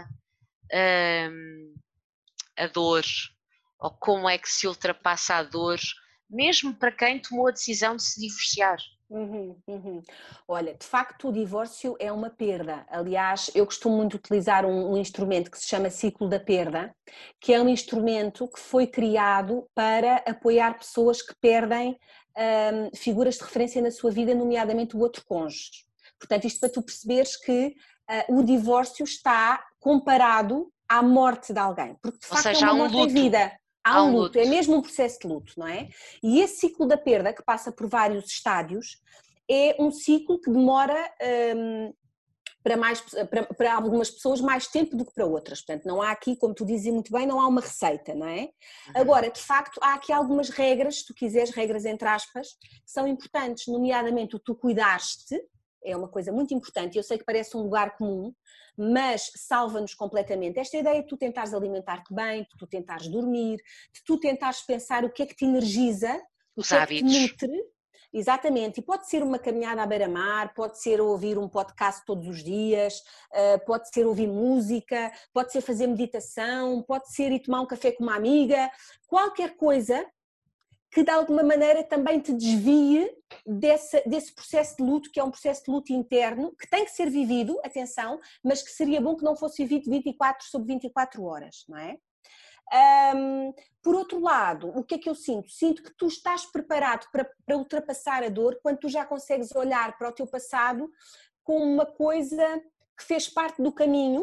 B: hum, a dor, ou como é que se ultrapassa a dor, mesmo para quem tomou a decisão de se divorciar?
C: Uhum, uhum. Olha, de facto o divórcio é uma perda. Aliás, eu costumo muito utilizar um, um instrumento que se chama ciclo da perda, que é um instrumento que foi criado para apoiar pessoas que perdem um, figuras de referência na sua vida, nomeadamente o outro cônjuge. Portanto, isto para tu perceberes que uh, o divórcio está comparado à morte de alguém, porque de
B: Ou
C: facto
B: seja,
C: é uma
B: há um
C: morte
B: luto.
C: em vida. Há,
B: há
C: um
B: um
C: luto.
B: luto,
C: é mesmo um processo de luto, não é? E esse ciclo da perda, que passa por vários estádios, é um ciclo que demora um, para, mais, para, para algumas pessoas mais tempo do que para outras. Portanto, não há aqui, como tu dizes muito bem, não há uma receita, não é? Uhum. Agora, de facto, há aqui algumas regras, se tu quiseres, regras entre aspas, que são importantes, nomeadamente o tu cuidares-te, é uma coisa muito importante, eu sei que parece um lugar comum, mas salva-nos completamente. Esta ideia de tu tentares alimentar-te bem, de tu tentares dormir, de tu tentares pensar o que é que te energiza, o
B: Os
C: que é
B: hábitos.
C: que te nutre. Exatamente, e pode ser uma caminhada à beira-mar, pode ser ouvir um podcast todos os dias, pode ser ouvir música, pode ser fazer meditação, pode ser ir tomar um café com uma amiga, qualquer coisa que de alguma maneira também te desvie desse, desse processo de luto, que é um processo de luto interno, que tem que ser vivido, atenção, mas que seria bom que não fosse vivido vinte e quatro sobre vinte e quatro horas, não é? Um, por outro lado, o que é que eu sinto? Sinto que tu estás preparado para, para ultrapassar a dor quando tu já consegues olhar para o teu passado como uma coisa que fez parte do caminho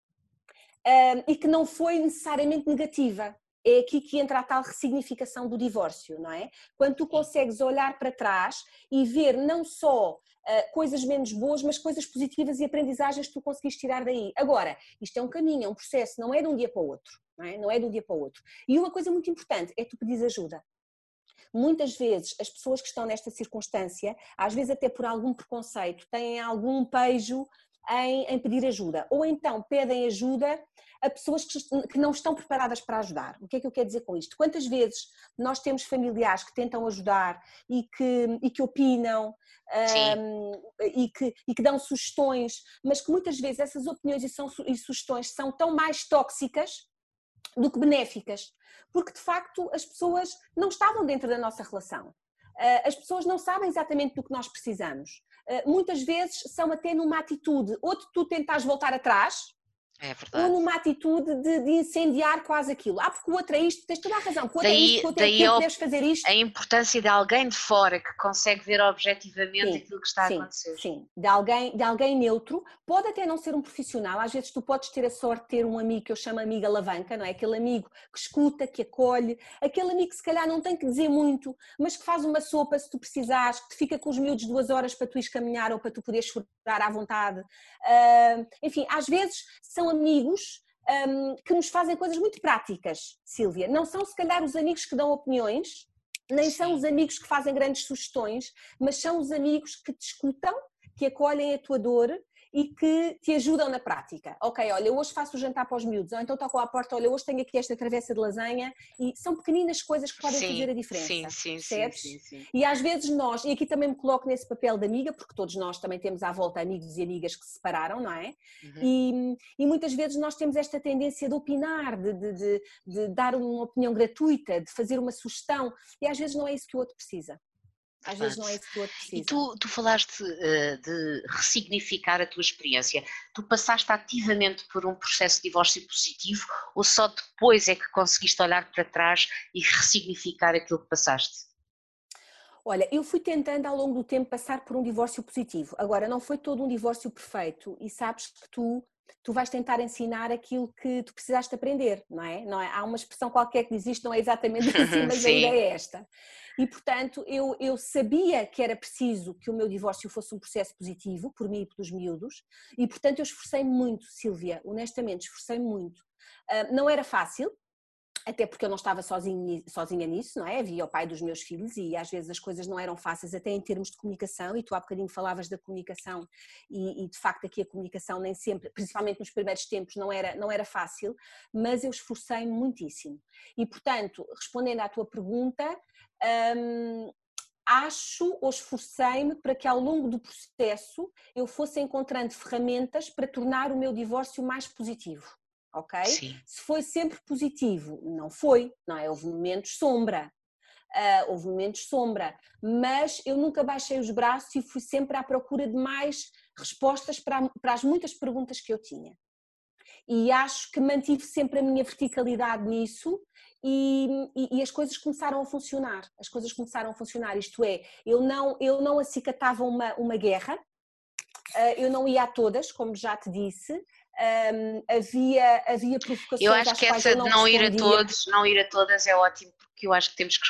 C: uh, e que não foi necessariamente negativa. É aqui que entra a tal ressignificação do divórcio, não é? Quando tu consegues olhar para trás e ver não só uh, coisas menos boas, mas coisas positivas e aprendizagens que tu conseguiste tirar daí. Agora, isto é um caminho, é um processo, não é de um dia para o outro, não é? Não é de um dia para o outro. E uma coisa muito importante é tu pedires ajuda. Muitas vezes as pessoas que estão nesta circunstância, às vezes até por algum preconceito, têm algum pejo em, em pedir ajuda, ou então pedem ajuda a pessoas que, que não estão preparadas para ajudar. O que é que eu quero dizer com isto? Quantas vezes nós temos familiares que tentam ajudar e que, e que opinam um, e, que, e que dão sugestões, mas que muitas vezes essas opiniões e, são, e sugestões são tão mais tóxicas do que benéficas, porque de facto as pessoas não estavam dentro da nossa relação, as pessoas não sabem exatamente do que nós precisamos, muitas vezes são até numa atitude, ou de tu tentares voltar atrás,
B: é verdade,
C: ou numa atitude de, de incendiar quase aquilo. Ah, porque o outro é isto, tens toda a razão, porque o outro
B: daí,
C: é isto, porque o outro é aquilo, que deves fazer isto.
B: A importância de alguém de fora que consegue ver objetivamente
C: sim,
B: aquilo que está
C: sim,
B: a acontecer.
C: Sim, de alguém, de alguém neutro, pode até não ser um profissional, às vezes tu podes ter a sorte de ter um amigo que eu chamo amigo alavanca, não é? Aquele amigo que escuta, que acolhe, aquele amigo que se calhar não tem que dizer muito, mas que faz uma sopa se tu precisares, que te fica com os miúdos duas horas para tu ires caminhar ou para tu poderes chorar à vontade. Uh, enfim, às vezes são amigos um, que nos fazem coisas muito práticas, Sílvia. Não são se calhar os amigos que dão opiniões, nem Sim. são os amigos que fazem grandes sugestões, mas são os amigos que te escutam, que acolhem a tua dor e que te ajudam na prática. Ok, olha, hoje faço o jantar para os miúdos, ou então toco à porta, olha, hoje tenho aqui esta travessa de lasanha, e são pequeninas coisas que podem
B: sim,
C: fazer a diferença,
B: sim, sim,
C: percebes?
B: Sim, sim, sim.
C: E às vezes nós, e aqui também me coloco nesse papel de amiga, porque todos nós também temos à volta amigos e amigas que se separaram, não é? Uhum. E, e muitas vezes nós temos esta tendência de opinar, de, de, de, de dar uma opinião gratuita, de fazer uma sugestão, e às vezes não é isso que o outro precisa. Às vezes não é isso que o outro precisa.
B: E tu, tu falaste uh, de ressignificar a tua experiência. Tu passaste ativamente por um processo de divórcio positivo ou só depois é que conseguiste olhar para trás e ressignificar aquilo que passaste?
C: Olha, eu fui tentando ao longo do tempo passar por um divórcio positivo. Agora, não foi todo um divórcio perfeito e sabes que tu, tu vais tentar ensinar aquilo que tu precisaste aprender, não é? Não é? Há uma expressão qualquer que diz isto, não é exatamente assim, mas a ideia é esta. E, portanto, eu, eu sabia que era preciso que o meu divórcio fosse um processo positivo, por mim e pelos miúdos, e, portanto, eu esforcei-me muito, Sílvia, honestamente, esforcei-me muito. Uh, não era fácil, até porque eu não estava sozinha, sozinha nisso, não é? Havia o pai dos meus filhos e às vezes as coisas não eram fáceis, até em termos de comunicação, e tu há bocadinho falavas da comunicação e, e de facto aqui a comunicação nem sempre, principalmente nos primeiros tempos, não era, não era fácil, mas eu esforcei-me muitíssimo. E portanto, respondendo à tua pergunta, hum, acho ou esforcei-me para que ao longo do processo eu fosse encontrando ferramentas para tornar o meu divórcio mais positivo. Ok?
B: Sim.
C: Se foi sempre positivo, não foi, não é? Houve momentos sombra, uh, houve momentos sombra, mas eu nunca baixei os braços e fui sempre à procura de mais respostas para, para as muitas perguntas que eu tinha. E acho que mantive sempre a minha verticalidade nisso e, e, e as coisas começaram a funcionar, as coisas começaram a funcionar, isto é, eu não, eu não acicatava uma, uma guerra, uh, eu não ia a todas, como já te disse. Um, havia, havia provocações.
B: Eu acho que essa de não ir a todos, não ir a todas é ótimo, porque eu acho que temos que,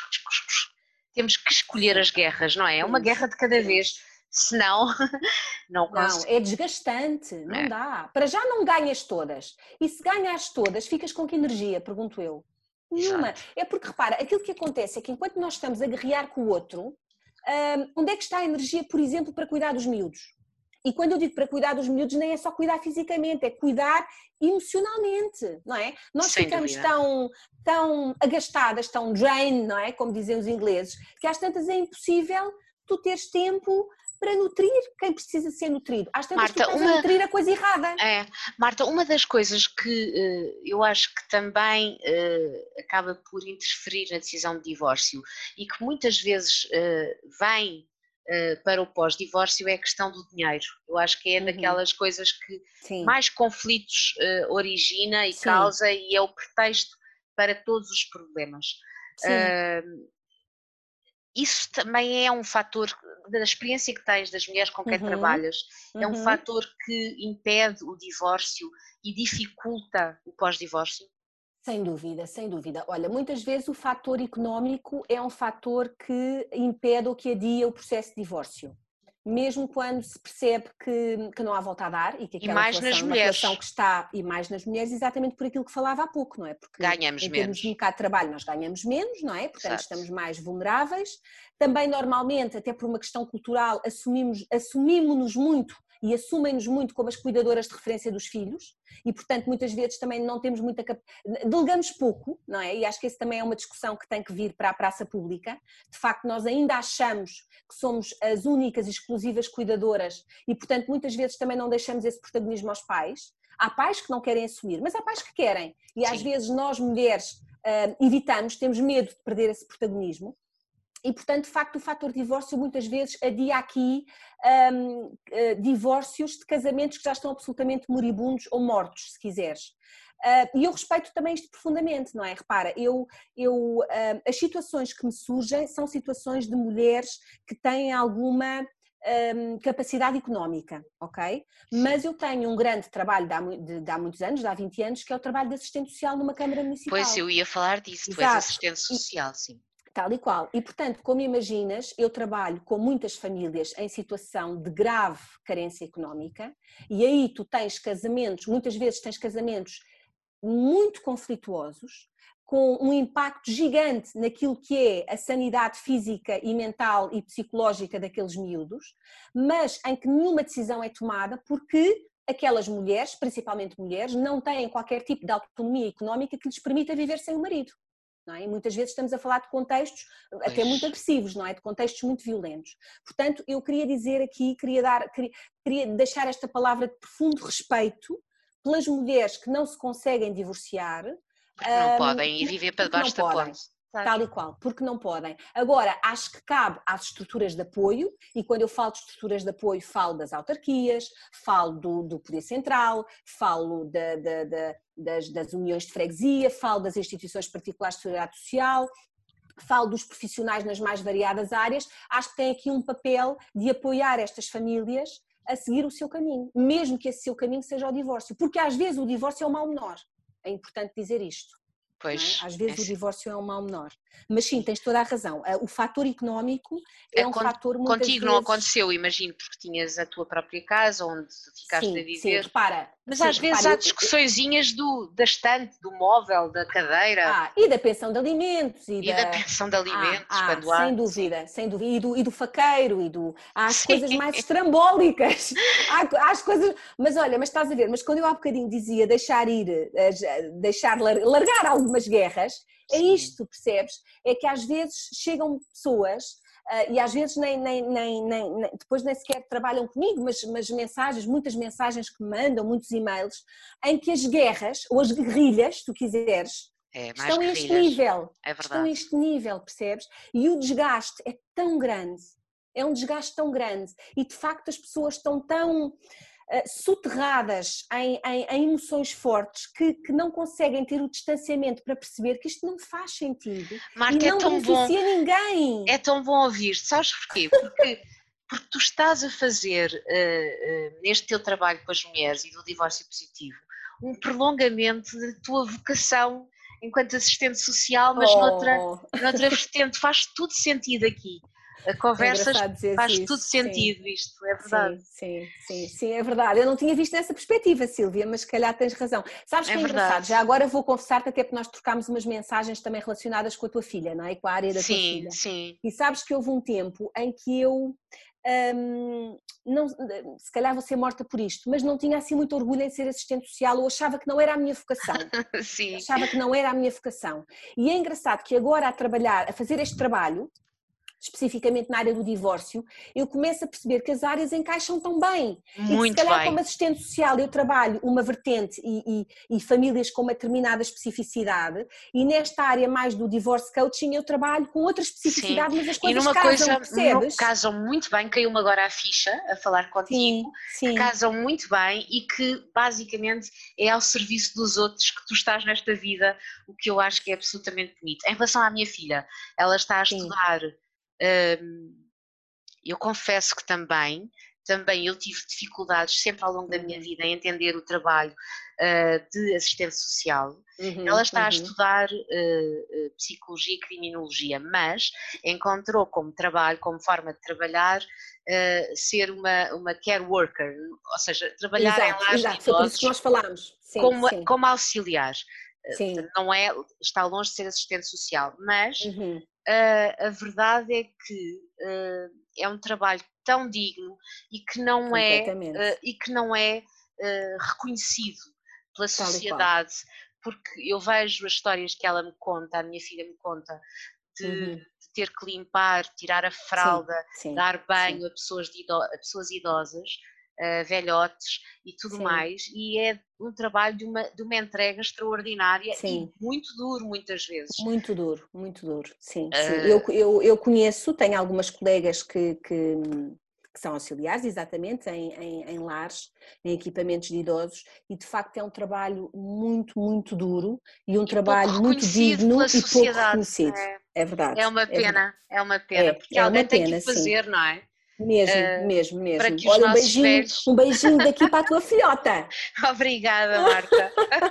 B: temos que escolher as guerras, não é? É uma guerra de cada vez, senão não
C: conseguimos. Não, é desgastante, não é. Dá. Para já não ganhas todas. E se ganhas todas, ficas com que energia, pergunto eu? Nenhuma. Exato. É porque, repara, aquilo que acontece é que enquanto nós estamos a guerrear com o outro, um, onde é que está a energia, por exemplo, para cuidar dos miúdos? E quando eu digo para cuidar dos miúdos, nem é só cuidar fisicamente, é cuidar emocionalmente, não é? Nós Sem ficamos tão, tão agastadas, tão drained, não é? Como dizem os ingleses, que às tantas é impossível tu teres tempo para nutrir quem precisa ser nutrido. Às tantas Marta, tu estás uma... a nutrir a coisa errada.
B: É, Marta, uma das coisas que uh, eu acho que também uh, acaba por interferir na decisão de divórcio e que muitas vezes uh, vem Uh, para o pós-divórcio é a questão do dinheiro. Eu acho que é uhum. daquelas coisas que Sim. mais conflitos uh, origina e Sim. causa e é o pretexto para todos os problemas. Uh, isso também é um fator, da experiência que tens das mulheres com quem
C: Uhum,
B: trabalhas, é um
C: uhum.
B: fator que impede o divórcio e dificulta o pós-divórcio?
C: Sem dúvida, sem dúvida. Olha, muitas vezes o fator económico é um fator que impede ou que adia o processo de divórcio. Mesmo quando se percebe que, que não há volta a dar e que
B: E
C: aquela
B: mais
C: relação
B: nas
C: é uma relação
B: mulheres,
C: que está, e mais nas mulheres, exatamente por aquilo que falava há pouco, não é? Porque
B: ganhamos
C: em
B: menos.
C: termos de mercado de trabalho nós ganhamos menos, não é? Portanto,
B: Exato.
C: estamos mais vulneráveis. Também, normalmente, até por uma questão cultural, assumimos, assumimos-nos muito e assumem-nos muito como as cuidadoras de referência dos filhos e, portanto, muitas vezes também não temos muita capacidade, delegamos pouco, não é? E acho que isso também é uma discussão que tem que vir para a praça pública. De facto, nós ainda achamos que somos as únicas e exclusivas cuidadoras e, portanto, muitas vezes também não deixamos esse protagonismo aos pais. Há pais que não querem assumir, mas há pais que querem. E às
B: Sim.
C: vezes nós, mulheres, uh, evitamos, temos medo de perder esse protagonismo. E, portanto, de facto, o fator divórcio muitas vezes adia aqui um, uh, divórcios de casamentos que já estão absolutamente moribundos ou mortos, se quiseres. Uh, e eu respeito também isto profundamente, não é? Repara, eu, eu, uh, as situações que me surgem são situações de mulheres que têm alguma um, capacidade económica, ok? Mas eu tenho um grande trabalho de há, de, de há muitos anos, de há vinte anos, que é o trabalho de assistente social numa Câmara Municipal.
B: Pois, eu ia falar disso, tu
C: Exato.
B: és assistente social,
C: e,
B: sim.
C: Tal e qual. E, portanto, como imaginas, eu trabalho com muitas famílias em situação de grave carência económica e aí tu tens casamentos, muitas vezes tens casamentos muito conflituosos, com um impacto gigante naquilo que é a sanidade física e mental e psicológica daqueles miúdos, mas em que nenhuma decisão é tomada porque aquelas mulheres, principalmente mulheres, não têm qualquer tipo de autonomia económica que lhes permita viver sem o marido. Não é? E muitas vezes estamos a falar de contextos
B: Pois.
C: até muito agressivos, não é? De contextos muito violentos. Portanto, eu queria dizer aqui, queria, dar, queria, queria deixar esta palavra de profundo respeito pelas mulheres que não se conseguem divorciar.
B: Porque não
C: um,
B: podem e viver para debaixo da ponte.
C: Tal e qual, porque não podem. Agora, acho que cabe às estruturas de apoio, e quando eu falo de estruturas de apoio, falo das autarquias, falo do, do Poder Central, falo da, da, da, das, das uniões de freguesia, falo das instituições particulares de seguridade social, falo dos profissionais nas mais variadas áreas. Acho que tem aqui um papel de apoiar estas famílias a seguir o seu caminho, mesmo que esse seu caminho seja o divórcio, porque às vezes o divórcio é o mal menor, é importante dizer isto.
B: Pois,
C: é? Às vezes
B: é
C: o divórcio é um mal menor. Mas sim, tens toda a razão. O fator económico é,
B: é
C: um
B: con
C: fator muitas
B: contigo
C: vezes...
B: não aconteceu, imagino, porque tinhas a tua própria casa onde ficaste
C: sim,
B: a viver.
C: Sim, repara.
B: Mas
C: sim,
B: às vezes
C: repara,
B: há
C: eu,
B: discussõezinhas do, da estante, do móvel, da cadeira.
C: Ah, e da pensão de alimentos e,
B: e da,
C: da...
B: da pensão de alimentos,
C: ah, ah,
B: quando há.
C: sem dúvida,
B: Sim.
C: sem dúvida. E do, e do faqueiro e do... Há as
B: Sim.
C: coisas mais estrambólicas. há, há as coisas... Mas olha, mas estás a ver, mas quando eu há bocadinho dizia deixar ir, deixar largar algumas guerras, é
B: Sim.
C: isto, percebes? É que às vezes chegam pessoas... Uh, e às vezes nem, nem, nem, nem, depois nem sequer trabalham comigo, mas, mas mensagens, muitas mensagens que me mandam, muitos e-mails, em que as guerras, ou as guerrilhas, se tu quiseres,
B: é,
C: estão a este
B: guerrilhas.
C: nível,
B: é verdade.
C: estão a este nível, percebes? E o desgaste é tão grande, é um desgaste tão grande, e de facto as pessoas estão tão... Uh, soterradas em, em, em emoções fortes que, que não conseguem ter o distanciamento para perceber que isto não faz sentido.
B: Marta,
C: e não
B: é tão bom,
C: ninguém.
B: É tão bom ouvir-te, sabes porquê? Porque, porque tu estás a fazer uh, uh, neste teu trabalho com as mulheres e do divórcio positivo um prolongamento da tua vocação enquanto assistente social, mas
C: oh.
B: noutra, noutra vertente, faz tudo sentido aqui. A conversa
C: é
B: faz
C: isso.
B: tudo sentido, sim. Isto é verdade.
C: Sim, sim, sim, sim, é verdade. Eu não tinha visto nessa perspectiva, Sílvia, mas se calhar tens razão. Sabes que é, é engraçado, já agora vou confessar-te até porque nós trocámos umas mensagens também relacionadas com a tua filha, não é? Com a área da
B: sim,
C: tua filha.
B: Sim, sim.
C: E sabes que houve um tempo em que eu, hum, não, se calhar vou ser morta por isto, mas não tinha assim muito orgulho em ser assistente social, ou achava que não era a minha vocação.
B: sim.
C: Achava que não era a minha vocação. E é engraçado que agora a trabalhar, a fazer este trabalho, especificamente na área do divórcio, eu começo a perceber que as áreas encaixam tão bem.
B: Muito
C: e que se calhar
B: bem.
C: como assistente social eu trabalho uma vertente e, e, e famílias com uma determinada especificidade, e nesta área mais do divorce coaching eu trabalho com outra especificidade,
B: sim.
C: mas as coisas
B: e numa
C: casam,
B: coisa,
C: percebes?
B: Casam muito bem, caiu-me agora a ficha a falar contigo,
C: sim, sim.
B: que casam muito bem e que basicamente é ao serviço dos outros que tu estás nesta vida, o que eu acho que é absolutamente bonito. Em relação à minha filha, ela está a estudar hum, eu confesso que também, também eu tive dificuldades sempre ao longo da minha
C: Uhum.
B: vida em entender o trabalho uh, de assistente social.
C: Uhum,
B: Ela está
C: uhum.
B: a estudar uh, uh, psicologia e criminologia, mas encontrou como trabalho, como forma de trabalhar, uh, ser uma, uma care worker, ou seja, trabalhar
C: Exato,
B: em lares de
C: exato, foi por isso
B: idosos
C: que nós falámos. Sim,
B: como,
C: sim,
B: como auxiliar. Uh,
C: sim.
B: portanto, não é, está longe de ser assistente social, mas
C: Uhum.
B: uh, a verdade é que uh, é um trabalho tão digno e que não é,
C: Completamente.
B: uh, e que não é uh, reconhecido pela
C: Tal e qual.
B: sociedade, porque eu vejo as histórias que ela me conta, a minha filha me conta, de,
C: Uhum.
B: de ter que limpar, tirar a
C: Sim,
B: fralda,
C: sim,
B: dar banho
C: sim.
B: a pessoas, de ido, a pessoas idosas, uh, velhotes e tudo
C: Sim.
B: mais, e é um trabalho de uma, de uma entrega extraordinária
C: Sim.
B: e muito duro muitas vezes.
C: Muito duro, muito duro, sim,
B: Uh,
C: sim. Eu, eu, eu conheço, tenho algumas colegas que, que, que são auxiliares, exatamente, em, em, em lares, em equipamentos de idosos, e de facto é um trabalho muito, muito duro e um
B: e
C: trabalho
B: pouco
C: muito
B: reconhecido pela
C: digno e pouco
B: sociedade.
C: reconhecido.
B: É,
C: É verdade,
B: é uma
C: é verdade.
B: pena, é uma pena,
C: É,
B: porque
C: é uma
B: alguém tem que
C: pena,
B: o
C: sim.
B: fazer, não é?
C: Mesmo,
B: Uh,
C: mesmo,
B: para
C: mesmo.
B: que os
C: Olha, um
B: nossos
C: beijinho,
B: velhos...
C: um beijinho daqui para a tua filhota.
B: Obrigada, Marta.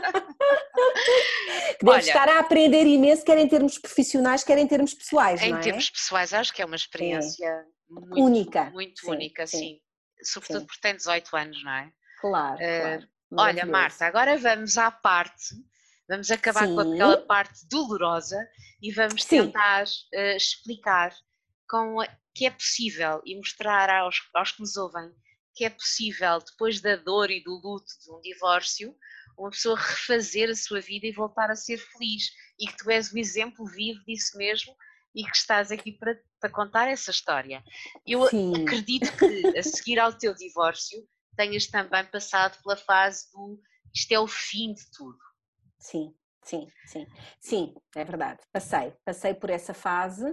C: Que deve
B: Olha,
C: estar a aprender imenso, quer em termos profissionais, quer em termos pessoais,
B: em
C: não é?
B: termos pessoais, acho que é uma
C: É.
B: experiência muito,
C: Única,
B: muito
C: sim,
B: única,
C: sim,
B: sim. Sobretudo
C: sim.
B: porque tem dezoito anos, não é?
C: Claro,
B: Uh,
C: claro.
B: olha,
C: Maravilhoso.
B: Marta, agora vamos à parte, vamos acabar com
C: Sim,
B: aquela parte dolorosa e vamos
C: sim,
B: tentar uh, explicar com a, que é possível e mostrar aos, aos que nos ouvem que é possível, depois da dor e do luto de um divórcio, uma pessoa refazer a sua vida e voltar a ser feliz, e que tu és o exemplo vivo disso mesmo e que estás aqui para, para contar essa história. Eu
C: sim,
B: acredito que, a seguir ao teu divórcio, tenhas também passado pela fase do isto é o fim de tudo.
C: sim, sim, sim, sim, é verdade. Passei, passei por essa fase,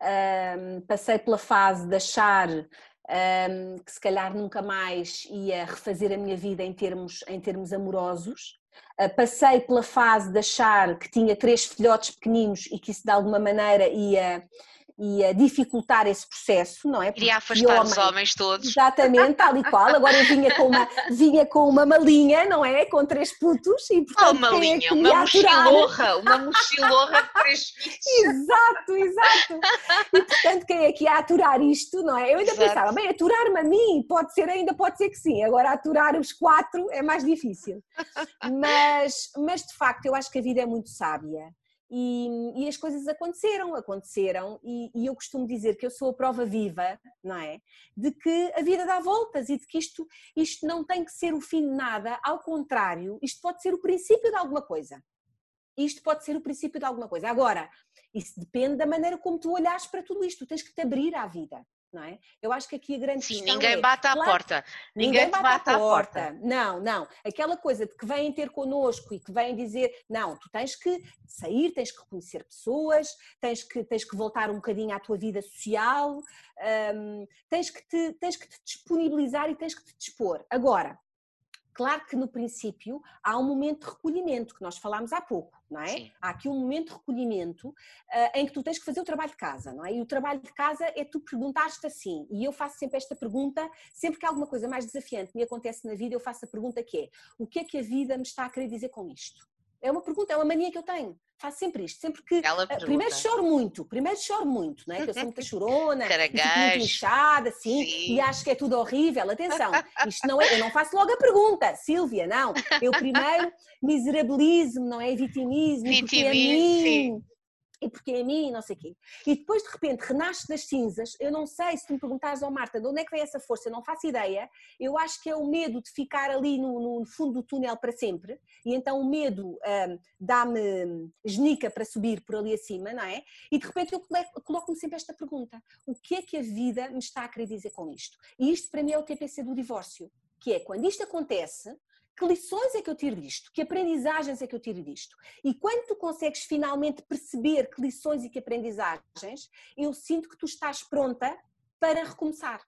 C: um, passei pela fase de achar um, que se calhar nunca mais ia refazer a minha vida em termos, em termos amorosos. Uh, passei pela fase de achar que tinha três filhotes pequeninos e que isso de alguma maneira ia, ia dificultar esse processo, não é?
B: Queria
C: Porque que
B: afastar os
C: homem...
B: homens todos.
C: Exatamente, tal e qual. Agora eu vinha com uma, vinha com uma malinha, não é? Com três putos e,
B: Oh,
C: portanto,
B: uma
C: quem é
B: linha,
C: que me
B: uma
C: ia aturar?
B: mochilorra, uma mochilorra de três filhos.
C: Exato, exato. E, portanto, quem é que ia aturar isto, não é? Eu ainda
B: Exato.
C: pensava, bem, aturar-me a mim, pode ser, ainda pode ser que sim. Agora, aturar os quatro é mais difícil. Mas, mas de facto, eu acho que a vida é muito sábia. E, e as coisas aconteceram, aconteceram, e, e eu costumo dizer que eu sou a prova viva, não é? De que a vida dá voltas e de que isto, isto não tem que ser o fim de nada, ao contrário, isto pode ser o princípio de alguma coisa. Isto pode ser o princípio de alguma coisa. Agora, isso depende da maneira como tu olhas para tudo isto, tu tens que te abrir à vida. Não é? Eu acho que aqui a grande
B: Sim,
C: questão
B: ninguém
C: é,
B: bate à
C: claro,
B: porta.
C: ninguém,
B: Ninguém te
C: bate à
B: bate à
C: porta.
B: porta.
C: Não, não. Aquela coisa de que vêm ter connosco e que vêm dizer, não, tu tens que sair, tens que reconhecer pessoas, tens que, tens que voltar um bocadinho à tua vida social, hum, tens, que te, tens que te disponibilizar e tens que te dispor. Agora, claro que no princípio há um momento de recolhimento, que nós falámos há pouco, não é?
B: Sim.
C: Há aqui um momento de recolhimento uh, em que tu tens que fazer o trabalho de casa, não é? E o trabalho de casa é tu perguntar-te assim, e eu faço sempre esta pergunta, sempre que há alguma coisa mais desafiante me acontece na vida, eu faço a pergunta que é, o que é que a vida me está a querer dizer com isto? É uma pergunta, é uma mania que eu tenho. Faço sempre isto, sempre que...
B: Ela
C: Uh, primeiro
B: pergunta.
C: choro muito, primeiro choro muito, não é? Que eu sou muito chorona e fico muito
B: Caranguejo.
C: inchada, assim,
B: Sim.
C: e acho que é tudo horrível. Atenção, isto não é... Eu não faço logo a pergunta, Sílvia, não. Eu primeiro miserabilizo-me, não é? Vitimismo, e porque é a
B: Vitimize, sim.
C: mim... E porque é a mim, não sei o quê. E depois, de repente, renasce das cinzas. Eu não sei, se tu me perguntares, oh Marta, de onde é que vem essa força? Eu não faço ideia. Eu acho que é o medo de ficar ali no, no fundo do túnel para sempre. E então o medo hum, dá-me genica para subir por ali acima, não é? E de repente eu coloco-me sempre esta pergunta. O que é que a vida me está a querer dizer com isto? E isto para mim é o T P C do divórcio. Que é, quando isto acontece... Que lições é que eu tiro disto? Que aprendizagens é que eu tiro disto? E quando tu consegues finalmente perceber que lições e que aprendizagens, eu sinto que tu estás pronta para recomeçar.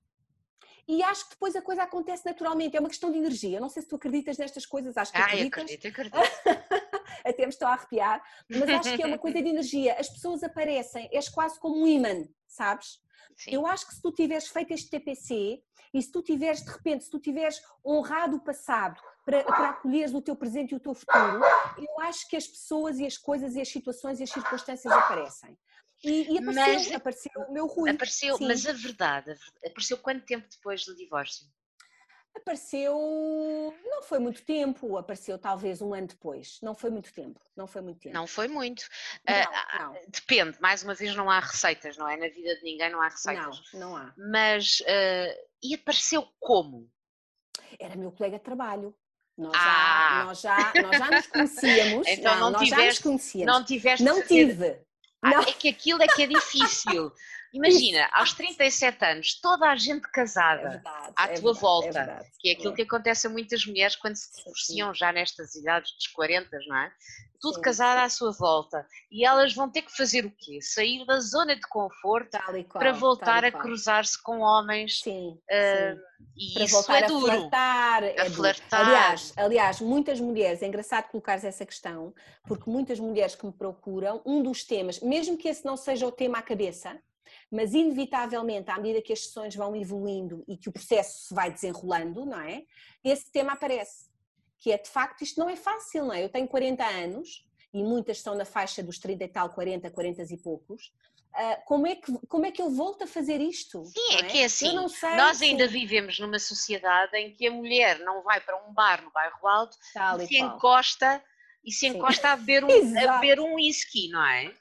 C: E acho que depois a coisa acontece naturalmente, é uma questão de energia. Eu não sei se tu acreditas nestas coisas, acho que
B: Ah,
C: acreditas.
B: acredito, acredito.
C: Até me estou a arrepiar, mas acho que é uma coisa de energia. As pessoas aparecem, és quase como um ímã, sabes?
B: Sim.
C: Eu acho que se tu tiveres feito este T P C e se tu tiveres, de repente, se tu tiveres honrado o passado para, para acolheres o teu presente e o teu futuro, eu acho que as pessoas e as coisas e as situações e as circunstâncias aparecem. E, e apareceu,
B: Mas,
C: apareceu o meu Rui.
B: apareceu,
C: Sim.
B: mas a verdade, apareceu quanto tempo depois do divórcio?
C: Apareceu, não foi muito tempo, apareceu talvez um ano depois, não foi muito tempo, não foi muito tempo.
B: Não foi muito.
C: Não,
B: Uh,
C: não.
B: Depende, mais uma vez não há receitas, não é? Na vida de ninguém não há receitas.
C: Não, não há.
B: Mas, uh, e apareceu como?
C: Era meu colega de trabalho. Nós,
B: ah.
C: já, nós, já, nós já nos conhecíamos.
B: Então
C: não,
B: não
C: nós
B: tiveste,
C: já nos conhecíamos.
B: Não tiveste
C: Não
B: fazer...
C: tive.
B: Ah,
C: não.
B: É que aquilo é que é difícil. Imagina, aos trinta e sete anos, toda a gente casada
C: é verdade,
B: à
C: é
B: tua
C: verdade,
B: volta,
C: é verdade,
B: que é aquilo
C: é.
B: que acontece a muitas mulheres quando se divorciam já nestas idades dos quarenta, não é? Tudo
C: sim,
B: casado
C: sim.
B: à sua volta. E elas vão ter que fazer o quê? Sair da zona de conforto
C: Tal e qual,
B: para voltar
C: tal e
B: a
C: qual.
B: cruzar-se com homens.
C: Sim,
B: uh,
C: sim.
B: E
C: para
B: isso
C: voltar
B: é
C: a
B: duro.
C: flertar,
B: A
C: é duro.
B: flertar.
C: Aliás, aliás, muitas mulheres, é engraçado colocares essa questão, porque muitas mulheres que me procuram, um dos temas, mesmo que esse não seja o tema à cabeça, mas inevitavelmente, à medida que as sessões vão evoluindo e que o processo se vai desenrolando, não é? Esse tema aparece, que é, de facto, isto não é fácil, não é? Eu tenho quarenta anos e muitas estão na faixa dos trinta e tal, quarenta, quarenta e poucos. Uh, como, é que, como é que eu volto a fazer isto?
B: Sim,
C: não
B: é?
C: é
B: que é assim,
C: eu não sei,
B: nós ainda
C: sim.
B: vivemos numa sociedade em que a mulher não vai para um bar no bairro alto
C: Tal
B: e
C: e
B: se
C: qual.
B: encosta, e se
C: Sim.
B: encosta a beber um, a beber um whisky, não é?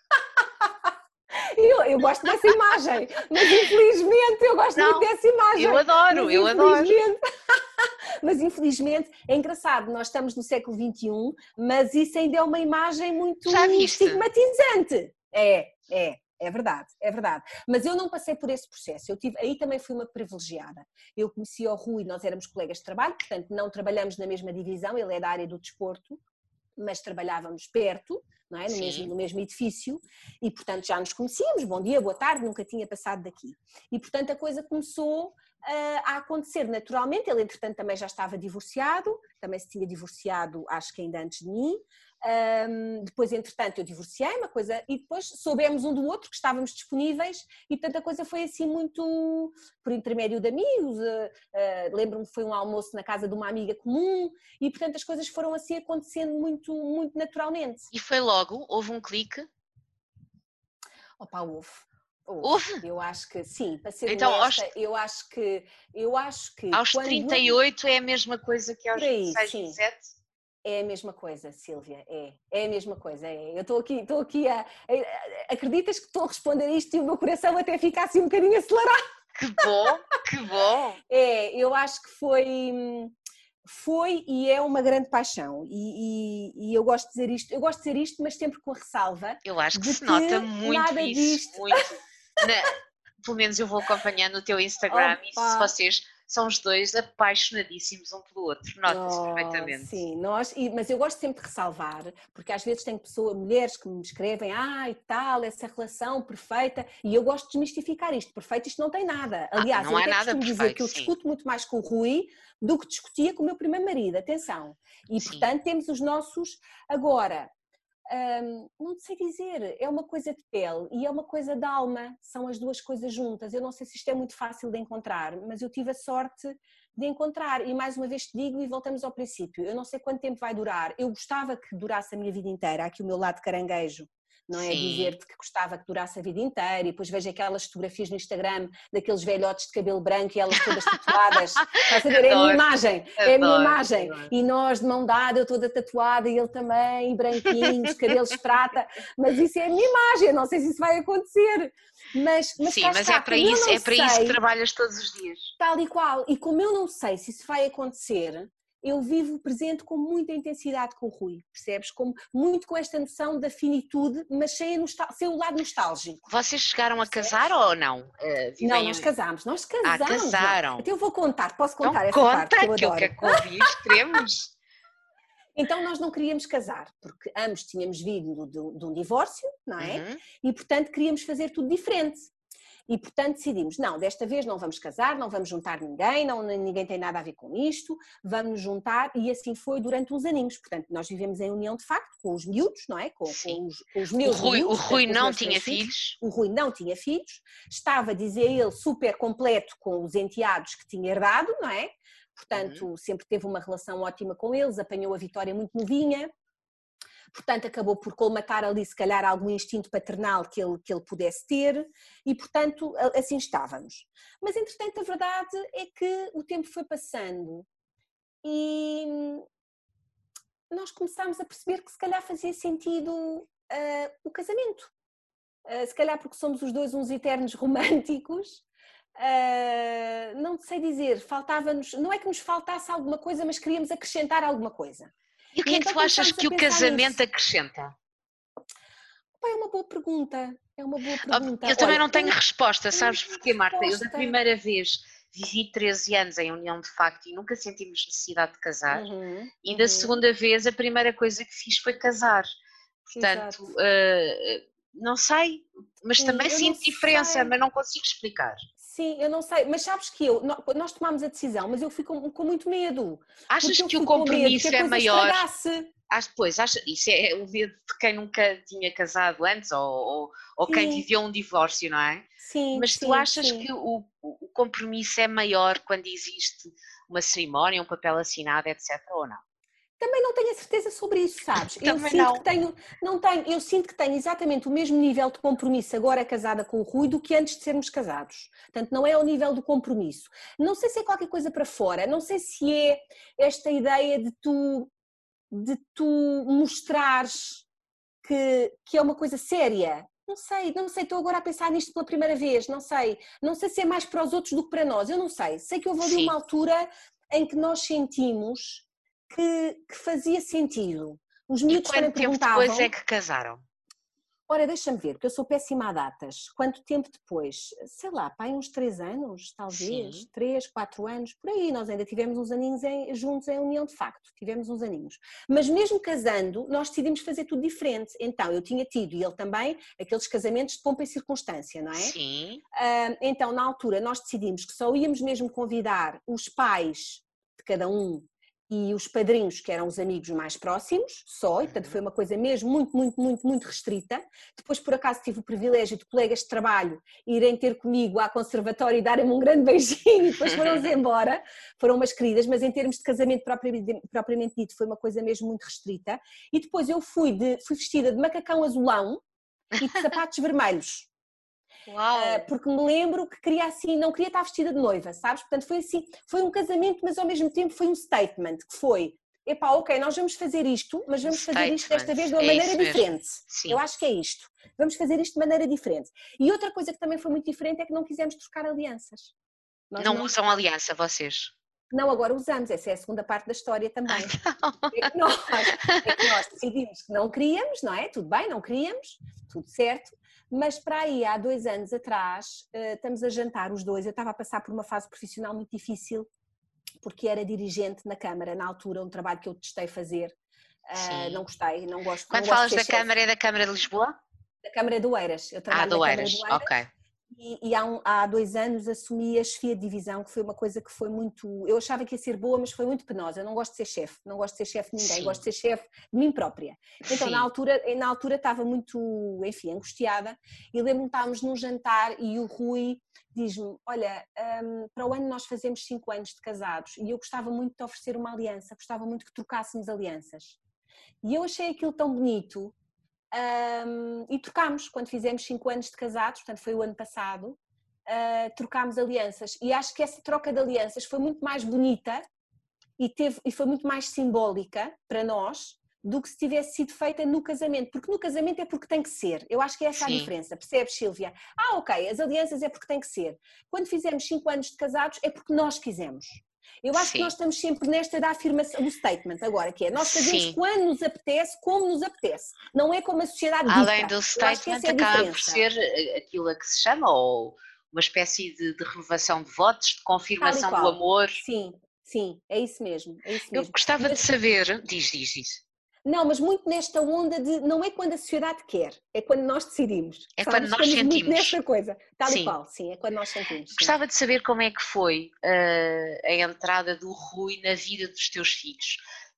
C: Eu, eu gosto dessa imagem, mas infelizmente eu gosto
B: não,
C: muito dessa imagem.
B: Eu adoro,
C: mas
B: eu
C: infelizmente...
B: adoro.
C: Mas infelizmente é engraçado, nós estamos no século vinte e um, mas isso ainda é uma imagem muito
B: Já viste?
C: estigmatizante. É, é. É verdade, é verdade. Mas eu não passei por esse processo. Eu tive, aí também fui uma privilegiada. Eu conheci o Rui, nós éramos colegas de trabalho, portanto não trabalhamos na mesma divisão, ele é da área do desporto, mas trabalhávamos perto, não é? no, mesmo, no mesmo edifício, e portanto já nos conhecíamos, bom dia, boa tarde, nunca tinha passado daqui. E portanto a coisa começou uh, a acontecer naturalmente, ele entretanto também já estava divorciado, também se tinha divorciado acho que ainda antes de mim, um, depois entretanto eu divorciei uma coisa, e depois soubemos um do outro que estávamos disponíveis, e portanto a coisa foi assim muito por intermédio de amigos, uh, uh, lembro-me que foi um almoço na casa de uma amiga comum, e portanto as coisas foram assim acontecendo muito, muito naturalmente.
B: E foi logo? Houve um clique?
C: Opa, houve. Houve.
B: Houve?
C: Eu acho que sim, para ser
B: então,
C: honesta,
B: aos,
C: eu acho que eu acho que
B: aos
C: quando
B: trinta e oito é a mesma coisa que aos
C: por aí,
B: vinte e seis,
C: sim.
B: vinte e sete?
C: É a mesma coisa, Sílvia, é, é a mesma coisa, é. Eu estou aqui, estou aqui a, a, acreditas que estou a responder a isto e o meu coração até fica assim um bocadinho acelerado?
B: Que bom, que bom!
C: É, eu acho que foi, foi e é uma grande paixão, e, e, e eu gosto de dizer isto, eu gosto de dizer isto, mas sempre com a ressalva.
B: Eu acho que
C: de
B: se nota
C: que
B: muito
C: nada
B: isso,
C: disto...
B: muito. Na, pelo menos eu vou acompanhando o teu Instagram
C: Opa.
B: e se vocês são os dois apaixonadíssimos um pelo outro, nota-se
C: Oh,
B: perfeitamente.
C: sim, nós, e, mas eu gosto sempre de ressalvar, porque às vezes tem pessoas, mulheres que me escrevem, ah e tal, essa relação perfeita, e eu gosto de desmistificar isto, perfeito isto não tem nada. Aliás,
B: ah, não
C: eu
B: há
C: até
B: nada
C: costumo
B: perfeito,
C: dizer que eu
B: sim.
C: discuto muito mais com o Rui do que discutia com o meu primeiro marido, atenção. E
B: Sim.
C: portanto temos os nossos, agora... Hum, não sei dizer, é uma coisa de pele e é uma coisa de alma, são as duas coisas juntas. Eu não sei se isto é muito fácil de encontrar, mas eu tive a sorte de encontrar, e mais uma vez te digo e voltamos ao princípio, eu não sei quanto tempo vai durar, eu gostava que durasse a minha vida inteira, aqui o meu lado caranguejo, não é? Dizer-te que gostava que durasse a vida inteira, e depois vejo aquelas fotografias no Instagram daqueles velhotes de cabelo branco e elas todas tatuadas, estás a ver? É a minha imagem, é a minha imagem, e nós de mão dada, eu toda tatuada e ele também, branquinhos, cabelos prata, mas isso é a minha imagem, eu não sei se isso vai acontecer, mas, mas
B: sim,
C: cá
B: mas
C: está,
B: é para,
C: como
B: isso,
C: eu não
B: é para
C: sei,
B: isso que trabalhas todos os dias.
C: Tal e qual, e como eu não sei se isso vai acontecer, eu vivo o presente com muita intensidade com o Rui, percebes? Com, muito com esta noção da finitude, mas sem, nostal- sem o lado nostálgico.
B: Vocês chegaram a
C: percebes?
B: casar ou não? Uh,
C: não, nós casámos, nós casámos.
B: Ah, casaram.
C: Até eu vou contar, posso contar
B: então,
C: essa
B: conta,
C: parte que eu
B: que
C: adoro.
B: eu quero ouvir, queremos.
C: Então nós não queríamos casar, porque ambos tínhamos vindo de, de um divórcio, não é?
B: Uhum.
C: E portanto queríamos fazer tudo diferente. E, portanto, decidimos, não, desta vez não vamos casar, não vamos juntar ninguém, não, ninguém tem nada a ver com isto, vamos nos juntar, e assim foi durante uns aninhos. Portanto, nós vivemos em união de facto com os miúdos, não é? Com, com, os, com os meus
B: o Rui,
C: miúdos.
B: O Rui
C: portanto,
B: não tinha filhos.
C: filhos. O Rui não tinha filhos. Estava, dizia ele, super completo com os enteados que tinha herdado, não é? Portanto, uhum. sempre teve uma relação ótima com eles, apanhou a Vitória muito novinha. Portanto, acabou por colmatar ali, se calhar, algum instinto paternal que ele, que ele pudesse ter e, portanto, assim estávamos. Mas, entretanto, a verdade é que o tempo foi passando e nós começámos a perceber que, se calhar, fazia sentido uh, o casamento. Uh, se calhar porque somos os dois uns eternos românticos. Uh, não sei dizer, faltava-nos, não é que nos faltasse alguma coisa, mas queríamos acrescentar alguma coisa.
B: E o que e é então que tu achas que o casamento nisso. acrescenta?
C: É uma boa pergunta, é uma boa pergunta.
B: Eu também Olha, não tenho eu, resposta, sabes porquê, Marta? Eu da primeira vez vivi treze anos em união de facto e nunca sentimos necessidade de casar. Uhum, e da uhum. segunda vez a primeira coisa que fiz foi casar. Portanto, uh, não sei, mas Sim, também sinto diferença, sei. mas não consigo explicar.
C: Sim, eu não sei, mas sabes que eu, nós tomámos a decisão, mas eu fui com, com muito medo.
B: Achas que o compromisso que é maior? Acho, pois, acho, isso é o medo de quem nunca tinha casado antes ou, ou, ou quem viveu um divórcio, não é?
C: Sim.
B: Mas
C: sim,
B: tu achas
C: sim.
B: que o, o compromisso é maior quando existe uma cerimónia, um papel assinado, etcétera ou não?
C: Também não tenho a certeza sobre isso, sabes? eu
B: Também
C: sinto
B: não.
C: que tenho, não tenho, eu sinto que tenho exatamente o mesmo nível de compromisso agora casada com o Rui do que antes de sermos casados. Portanto, não é ao nível do compromisso. Não sei se é qualquer coisa para fora, não sei se é esta ideia de tu, de tu mostrares que, que é uma coisa séria. Não sei, não sei, estou agora a pensar nisto pela primeira vez, não sei. Não sei se é mais para os outros do que para nós, eu não sei. Sei que houve ali uma altura em que nós sentimos que, que fazia sentido. Os miúdos também perguntavam...
B: E quanto tempo depois é que casaram?
C: Ora, deixa-me ver, porque eu sou péssima a datas. Quanto tempo depois? Sei lá, pá, uns três anos, talvez. Sim. Três, quatro anos, por aí. Nós ainda tivemos uns aninhos em, juntos em união de facto. Tivemos uns aninhos. Mas mesmo casando, nós decidimos fazer tudo diferente. Então, eu tinha tido, e ele também, aqueles casamentos de pompa e circunstância, não é?
B: Sim.
C: Uh, então, na altura, nós decidimos que só íamos mesmo convidar os pais de cada um e os padrinhos, que eram os amigos mais próximos, só, e portanto foi uma coisa mesmo muito, muito, muito, muito restrita. Depois, por acaso, tive o privilégio de colegas de trabalho irem ter comigo à conservatória e darem-me um grande beijinho e depois foram-se embora. Foram umas queridas, mas em termos de casamento propriamente, propriamente dito, foi uma coisa mesmo muito restrita. E depois eu fui, de, fui vestida de macacão azulão e de sapatos vermelhos.
B: Uau.
C: Porque me lembro que queria assim, não queria estar vestida de noiva, sabes? Portanto foi assim, foi um casamento, mas ao mesmo tempo foi um statement, que foi, epá, ok, nós vamos fazer isto, mas vamos fazer isto desta vez de uma
B: é
C: maneira diferente. Eu acho que é isto, vamos fazer isto de maneira diferente. E outra coisa que também foi muito diferente é que não quisemos trocar alianças.
B: Nós não, não usam aliança vocês?
C: Não, agora usamos, essa é a segunda parte da história também. É que, nós, é que nós decidimos que não queríamos, não é? Tudo bem, não queríamos, tudo certo. Mas para aí, há dois anos atrás, estamos a jantar os dois, eu estava a passar por uma fase profissional muito difícil, porque era dirigente na Câmara, na altura, um trabalho que eu testei fazer, uh, não gostei, não gosto.
B: Quando
C: não
B: falas
C: gosto
B: da Câmara, é da Câmara de Lisboa?
C: Da Câmara de Oeiras, eu trabalho
B: ah,
C: na
B: Oeiras.
C: Câmara de Oeiras.
B: Ok.
C: E, e há, um, há dois anos assumi a chefia de divisão, que foi uma coisa que foi muito... Eu achava que ia ser boa, mas foi muito penosa. Eu não gosto de ser chefe, não gosto de ser chefe de ninguém, Sim. gosto de ser chefe de mim própria. Então, na altura, na altura estava muito, enfim, angustiada. E lembro-me, estávamos num jantar e o Rui diz-me, olha, um, para o ano nós fazemos cinco anos de casados e eu gostava muito de oferecer uma aliança, gostava muito que trocássemos alianças. E eu achei aquilo tão bonito... Um, e trocámos, quando fizemos cinco anos de casados, portanto foi o ano passado, uh, trocámos alianças e acho que essa troca de alianças foi muito mais bonita e, teve, e foi muito mais simbólica para nós do que se tivesse sido feita no casamento, porque no casamento é porque tem que ser, eu acho que é essa Sim. a diferença, percebes, Sílvia? Ah, ok, as alianças é porque tem que ser, quando fizemos cinco anos de casados é porque nós quisemos. Eu acho Sim. que nós estamos sempre nesta da afirmação, do statement agora, que é, nós fazemos Sim. quando nos apetece, como nos apetece, não é como a sociedade dita.
B: Além do statement, é acaba por ser aquilo a que se chama, ou uma espécie de, de renovação de votos, de confirmação do amor.
C: Sim, sim, é isso mesmo, é isso mesmo.
B: Eu gostava Mas... de saber, diz, diz, diz.
C: Não, mas muito nesta onda de, não é quando a sociedade quer, é quando nós decidimos.
B: É
C: Sabes?
B: quando nós
C: Estamos
B: sentimos.
C: muito nesta coisa, tal
B: Sim.
C: e qual, sim, é quando nós sentimos. Sim.
B: Gostava de saber como é que foi uh, a entrada do Rui na vida dos teus filhos,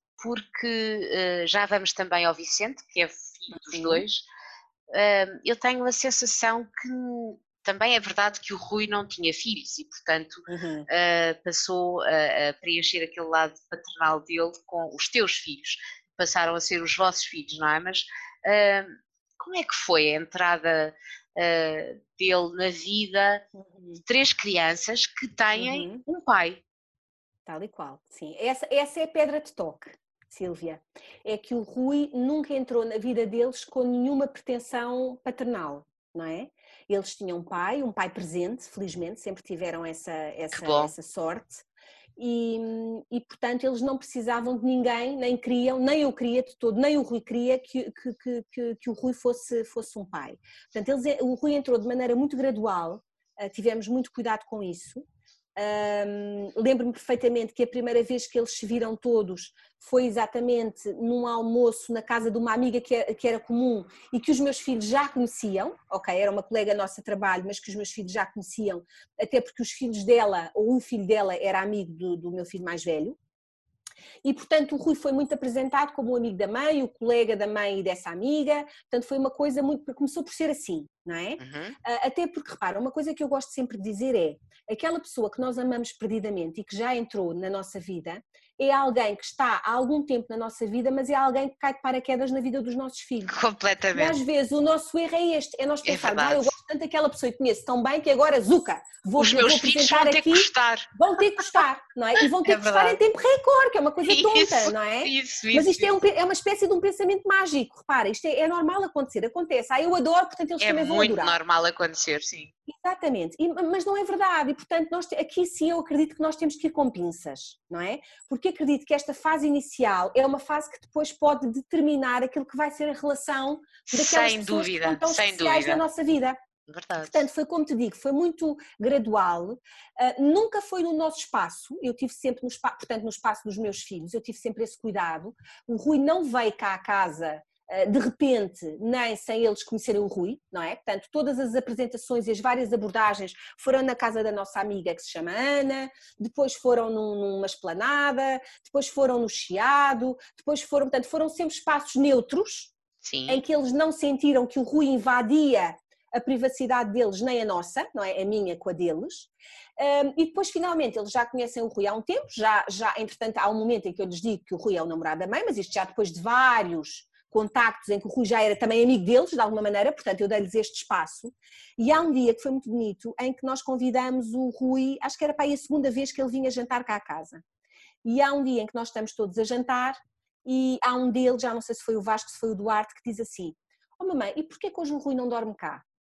B: porque uh, já vamos também ao Vicente, que é filho dos
C: Uhum.
B: dois. Uh, eu tenho a sensação que também é verdade que o Rui não tinha filhos e, portanto,
C: Uhum.
B: uh, passou a, a preencher aquele lado paternal dele com os teus filhos. Passaram a ser os vossos filhos, não é? Mas uh, como é que foi a entrada uh, dele na vida
C: Uhum.
B: de três crianças que têm
C: Uhum.
B: um pai?
C: Tal e qual, sim. Essa, essa é a pedra de toque, Sílvia. É que o Rui nunca entrou na vida deles com nenhuma pretensão paternal, não é? Eles tinham um pai, um pai presente, felizmente, sempre tiveram essa, essa, essa sorte. E, e, portanto, eles não precisavam de ninguém, nem queriam, nem eu queria de todo, nem o Rui queria que, que, que, que, que o Rui fosse, fosse um pai. Portanto, eles, o Rui entrou de maneira muito gradual, tivemos muito cuidado com isso. Um, lembro-me perfeitamente que a primeira vez que eles se viram todos foi exatamente num almoço na casa de uma amiga que era, que era comum e que os meus filhos já conheciam, ok, era uma colega nossa de trabalho, mas que os meus filhos já conheciam, até porque os filhos dela, ou um filho dela era amigo do, do meu filho mais velho. E, portanto, o Rui foi muito apresentado como o amigo da mãe, o colega da mãe e dessa amiga, portanto foi uma coisa muito, começou por ser assim, não é?
B: Uhum.
C: Até porque, repara, uma coisa que eu gosto sempre de dizer é, aquela pessoa que nós amamos perdidamente e que já entrou na nossa vida, é alguém que está há algum tempo na nossa vida, mas é alguém que cai de paraquedas na vida dos nossos filhos.
B: Completamente.
C: E às vezes o nosso erro é este, é nós pensarmos,
B: é
C: ah, eu gosto tanto daquela pessoa e conheço tão bem que agora, zuca, vou,
B: os meus
C: vou
B: filhos
C: apresentar
B: vão ter
C: aqui,
B: que gostar.
C: Vão ter que gostar, não é? E vão ter
B: É
C: que gostar em tempo recorde, que é uma coisa tonta,
B: isso,
C: não é?
B: Isso,
C: Mas
B: isso,
C: isto é, um, é uma espécie de um pensamento mágico, repara, isto é, é normal acontecer, acontece, ah, eu adoro, portanto eles
B: é
C: também vão adorar.
B: É muito normal acontecer, sim.
C: Exatamente, e, mas não é verdade e portanto nós, aqui sim eu acredito que nós temos que ir com pinças, não é? Porque acredito que esta fase inicial é uma fase que depois pode determinar aquilo que vai ser a relação daquelas
B: sem
C: pessoas
B: dúvida,
C: que são tão
B: sem
C: especiais
B: dúvida.
C: na nossa vida.
B: Verdade.
C: Portanto, foi como te digo, foi muito gradual, uh, nunca foi no nosso espaço, eu tive sempre no espaço, portanto no espaço dos meus filhos, eu tive sempre esse cuidado, o Rui não veio cá à casa uh, de repente, nem sem eles conhecerem o Rui, não é? Portanto, todas as apresentações e as várias abordagens foram na casa da nossa amiga que se chama Ana, depois foram num, numa esplanada, depois foram no Chiado, depois foram, portanto, foram sempre espaços neutros,
B: Sim.
C: Em que eles não sentiram que o Rui invadia a privacidade deles, nem a nossa, não é? A minha com a deles. Um, e depois, finalmente, eles já conhecem o Rui há um tempo, já, já, entretanto, há um momento em que eu lhes digo que o Rui é o namorado da mãe, mas isto já depois de vários contactos em que o Rui já era também amigo deles, de alguma maneira, portanto eu dei-lhes este espaço. E há um dia que foi muito bonito, em que nós convidamos o Rui, acho que era para aí a segunda vez que ele vinha jantar cá à casa. E há um dia em que nós estamos todos a jantar e há um deles, já não sei se foi o Vasco, se foi o Duarte, que diz assim: "Oh mamãe, e porquê que hoje o Rui não dorme cá?"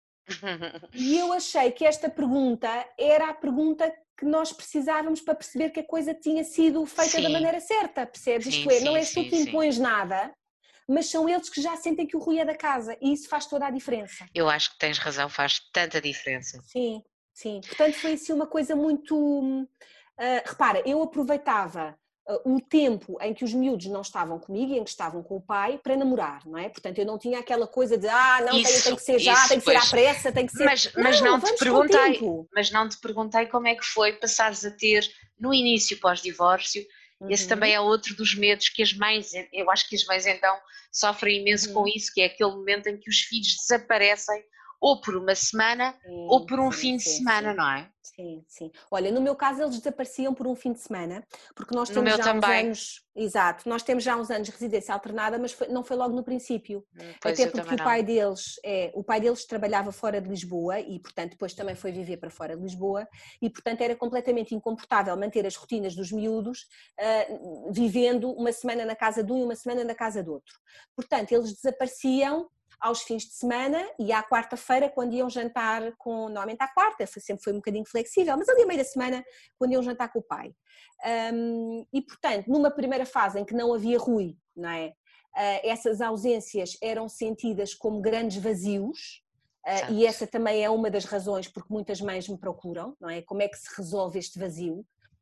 C: E eu achei que esta pergunta era a pergunta que nós precisávamos para perceber que a coisa tinha sido feita sim. da maneira certa, percebes? Sim, Isto é, sim, não és tu que impões sim. nada, mas são eles que já sentem que o Rui é da casa e isso faz toda a diferença.
B: Eu acho que tens razão, faz tanta diferença.
C: Sim, sim. Portanto foi assim uma coisa muito... Uh, repara, eu aproveitava o tempo em que os miúdos não estavam comigo e em que estavam com o pai para namorar, não é? Portanto, eu não tinha aquela coisa de ah, não, isso, tem, tem que ser já, isso, tem que ser pois. à pressa, tem que ser...
B: Mas não, mas não te perguntei, mas não te perguntei como é que foi passares a ter, no início pós-divórcio, uhum. esse também é outro dos medos que as mães, eu acho que as mães então sofrem imenso uhum. com isso, que é aquele momento em que os filhos desaparecem ou por uma semana sim, ou por um sim, fim sim, de semana,
C: sim.
B: não é?
C: Sim, sim. Olha, no meu caso eles desapareciam por um fim de semana, porque nós
B: no
C: temos
B: meu
C: já
B: também.
C: uns anos, exato, nós temos já uns anos de residência alternada, mas foi, não foi logo no princípio.
B: Pois
C: Até porque o pai
B: não.
C: deles, é, o pai deles trabalhava fora de Lisboa e, portanto, depois também foi viver para fora de Lisboa e, portanto, era completamente incomportável manter as rotinas dos miúdos uh, vivendo uma semana na casa de um e uma semana na casa do outro. Portanto, eles desapareciam aos fins de semana e à quarta-feira quando iam jantar com, normalmente à quarta, sempre foi um bocadinho flexível, mas ali a meio da semana quando iam jantar com o pai. Um, e portanto, numa primeira fase em que não havia Rui, não é? Uh, essas ausências eram sentidas como grandes vazios uh, e essa também é uma das razões porque muitas mães me procuram, não é? Como é que se resolve este vazio?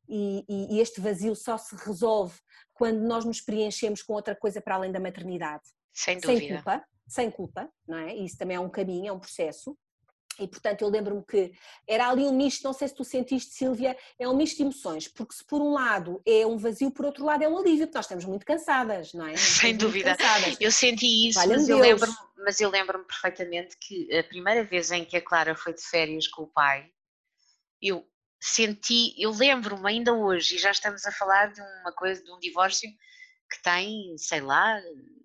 C: e, e, e este vazio só se resolve quando nós nos preenchemos com outra coisa para além da maternidade.
B: Sem
C: Sem
B: dúvida.
C: culpa, sem culpa, não é? Isso também é um caminho, é um processo. E, portanto, eu lembro-me que era ali um misto, não sei se tu sentiste, Sílvia, é um misto de emoções, porque se por um lado é um vazio, por outro lado é um alívio, porque nós estamos muito cansadas, não é?
B: Sem dúvida. Eu senti isso, mas eu, lembro, mas eu lembro-me perfeitamente que a primeira vez em que a Clara foi de férias com o pai, eu senti, eu lembro-me ainda hoje, e já estamos a falar de uma coisa, de um divórcio que tem, sei lá,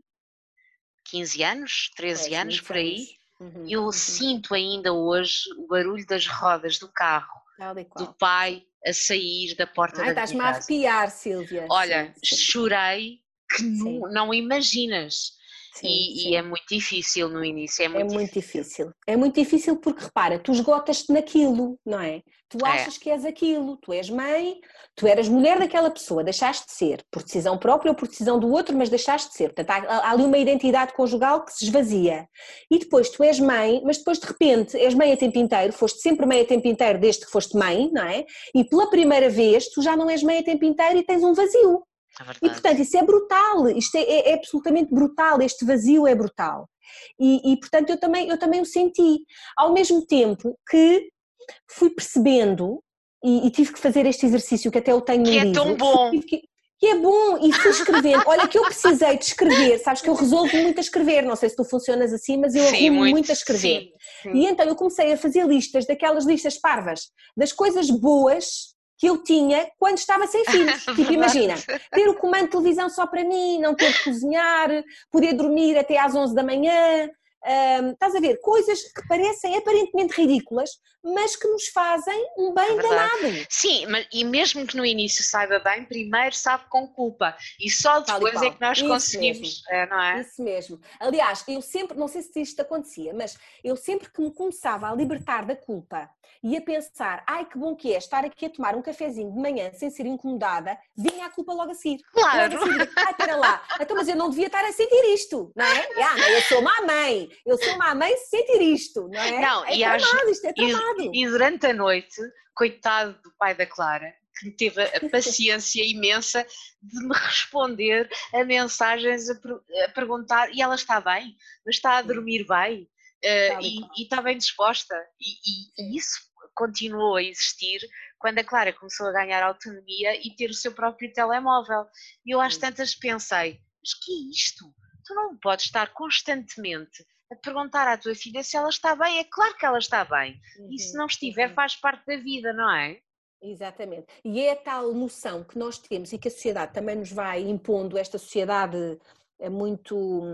B: quinze anos, treze
C: pois,
B: anos, por aí.
C: Anos. Uhum,
B: eu
C: uhum.
B: sinto ainda hoje o barulho das rodas do carro do pai a sair da porta
C: Ai,
B: da minha casa.
C: Estás-me a arrepiar, Sílvia.
B: Olha,
C: sim, sim.
B: chorei que não, não imaginas.
C: Sim,
B: e,
C: sim.
B: e é muito difícil no início, é muito,
C: é muito
B: difícil.
C: difícil. É muito difícil porque, repara, tu esgotas-te naquilo, não é? Tu achas é. que és aquilo, tu és mãe, tu eras mulher daquela pessoa, deixaste de ser, por decisão própria ou por decisão do outro, mas deixaste de ser. Portanto, há, há ali uma identidade conjugal que se esvazia. E depois tu és mãe, mas depois de repente és mãe a tempo inteiro, foste sempre mãe a tempo inteiro desde que foste mãe, não é? E pela primeira vez tu já não és mãe a tempo inteiro e tens um vazio.
B: É
C: e portanto isso é brutal, isto é, é, é absolutamente brutal, este vazio é brutal. E, e portanto eu também, eu também o senti, ao mesmo tempo que fui percebendo, e, e tive que fazer este exercício que até eu tenho no
B: que
C: livro.
B: Que é tão bom!
C: Que, que é bom, e fui escrevendo, olha que eu precisei de escrever, sabes que eu resolvo muito a escrever, não sei se tu funcionas assim, mas eu sim, arrumo muito, muito a escrever. Sim, sim. E então eu comecei a fazer listas, daquelas listas parvas, das coisas boas que eu tinha quando estava sem filhos. Tipo, imagina, ter o comando de televisão só para mim, não ter de cozinhar, poder dormir até às onze da manhã, um, estás a ver, coisas que parecem aparentemente ridículas, mas que nos fazem um bem é danado.
B: Sim, mas, e mesmo que no início saiba bem, primeiro sabe com culpa, e só depois é que nós Isso conseguimos, é, não é?
C: Isso mesmo. Aliás, eu sempre, não sei se isto acontecia, mas eu sempre que me começava a libertar da culpa e a pensar, ai que bom que é estar aqui a tomar um cafezinho de manhã sem ser incomodada, vinha a culpa logo a seguir.
B: Claro.
C: Logo a seguir, ai, espera lá, então, mas eu não devia estar a sentir isto, não é? Ah, eu sou uma mãe, eu sou uma mãe se sentir isto, não é?
B: Não,
C: é
B: e
C: tramado,
B: às,
C: isto é tramado.
B: E, e durante a noite, coitado do pai da Clara, que teve a paciência imensa de me responder a mensagens a, a perguntar, e ela está bem, mas está a dormir bem, uh, e, e está bem disposta, e, e, e isso continuou a existir quando a Clara começou a ganhar autonomia e ter o seu próprio telemóvel. E eu às tantas pensei, mas que é isto? Tu não podes estar constantemente a perguntar à tua filha se ela está bem. É claro que ela está bem, uhum, e se não estiver, uhum, faz parte da vida, não é?
C: Exatamente, e é a tal noção que nós temos e que a sociedade também nos vai impondo, esta sociedade é muito,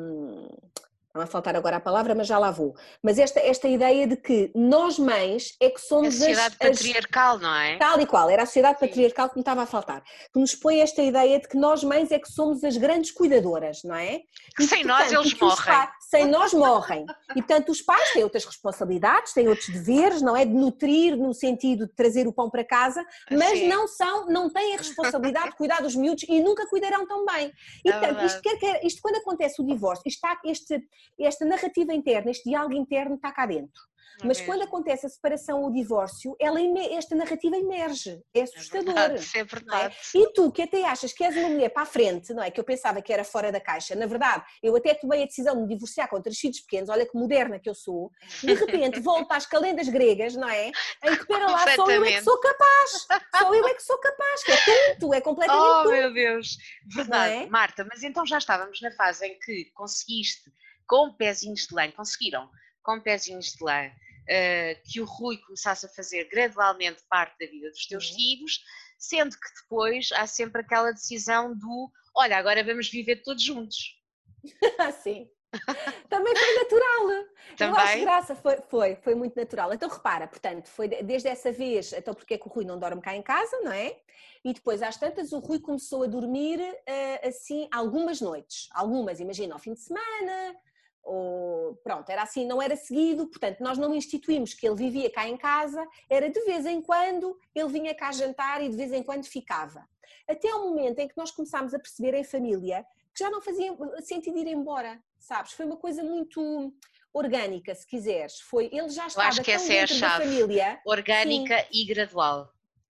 C: não vai faltar agora a palavra, mas já lá vou, mas esta, esta ideia de que nós mães é que somos
B: a sociedade
C: as,
B: patriarcal, as, não é?
C: Tal e qual, era a sociedade Sim. patriarcal que me estava a faltar, que nos põe esta ideia de que nós mães é que somos as grandes cuidadoras, não é?
B: E, sem portanto, nós eles morrem.
C: Pais, sem nós morrem. E portanto os pais têm outras responsabilidades, têm outros deveres, não é? De nutrir no sentido de trazer o pão para casa, mas Sim. não são, não têm a responsabilidade de cuidar dos miúdos e nunca cuidarão tão bem. E é portanto, isto, quer, quer, isto quando acontece o divórcio, está este, esta narrativa interna, este diálogo interno está cá dentro. Não Mas mesmo. Quando acontece a separação ou o divórcio, ela, esta narrativa emerge, é assustador.
B: É verdade, é verdade.
C: É? E tu que até achas que és uma mulher para a frente, não é? Que eu pensava que era fora da caixa, na verdade, eu até tomei a decisão de me divorciar com três filhos pequenos, olha que moderna que eu sou, de repente volto às calendas gregas, não é? Em que, pera lá, só eu é que sou capaz, só eu é que sou capaz, que é tonto, é completamente
B: oh,
C: tonto.
B: Oh meu Deus, verdade. É? Marta, mas então já estávamos na fase em que conseguiste, com pezinhos de lã, conseguiram, com pezinhos de lã, Uh, que o Rui começasse a fazer gradualmente parte da vida dos teus uhum. filhos, sendo que depois há sempre aquela decisão do, olha, agora vamos viver todos juntos.
C: Sim, também foi natural.
B: Também?
C: Eu acho graça, foi, foi, foi muito natural. Então repara, portanto, foi desde essa vez, então porque é que o Rui não dorme cá em casa, não é? E depois às tantas o Rui começou a dormir uh, assim algumas noites, algumas, imagina, ao fim de semana, ou pronto, era assim, não era seguido, portanto nós não instituímos que ele vivia cá em casa, era de vez em quando ele vinha cá jantar e de vez em quando ficava. Até ao momento em que nós começámos a perceber em família que já não fazia sentido ir embora, sabes? Foi uma coisa muito orgânica, se quiseres. Foi, ele já estava
B: Eu acho que
C: tão
B: essa é a
C: dentro da
B: chave.
C: família.
B: Orgânica Sim. e gradual.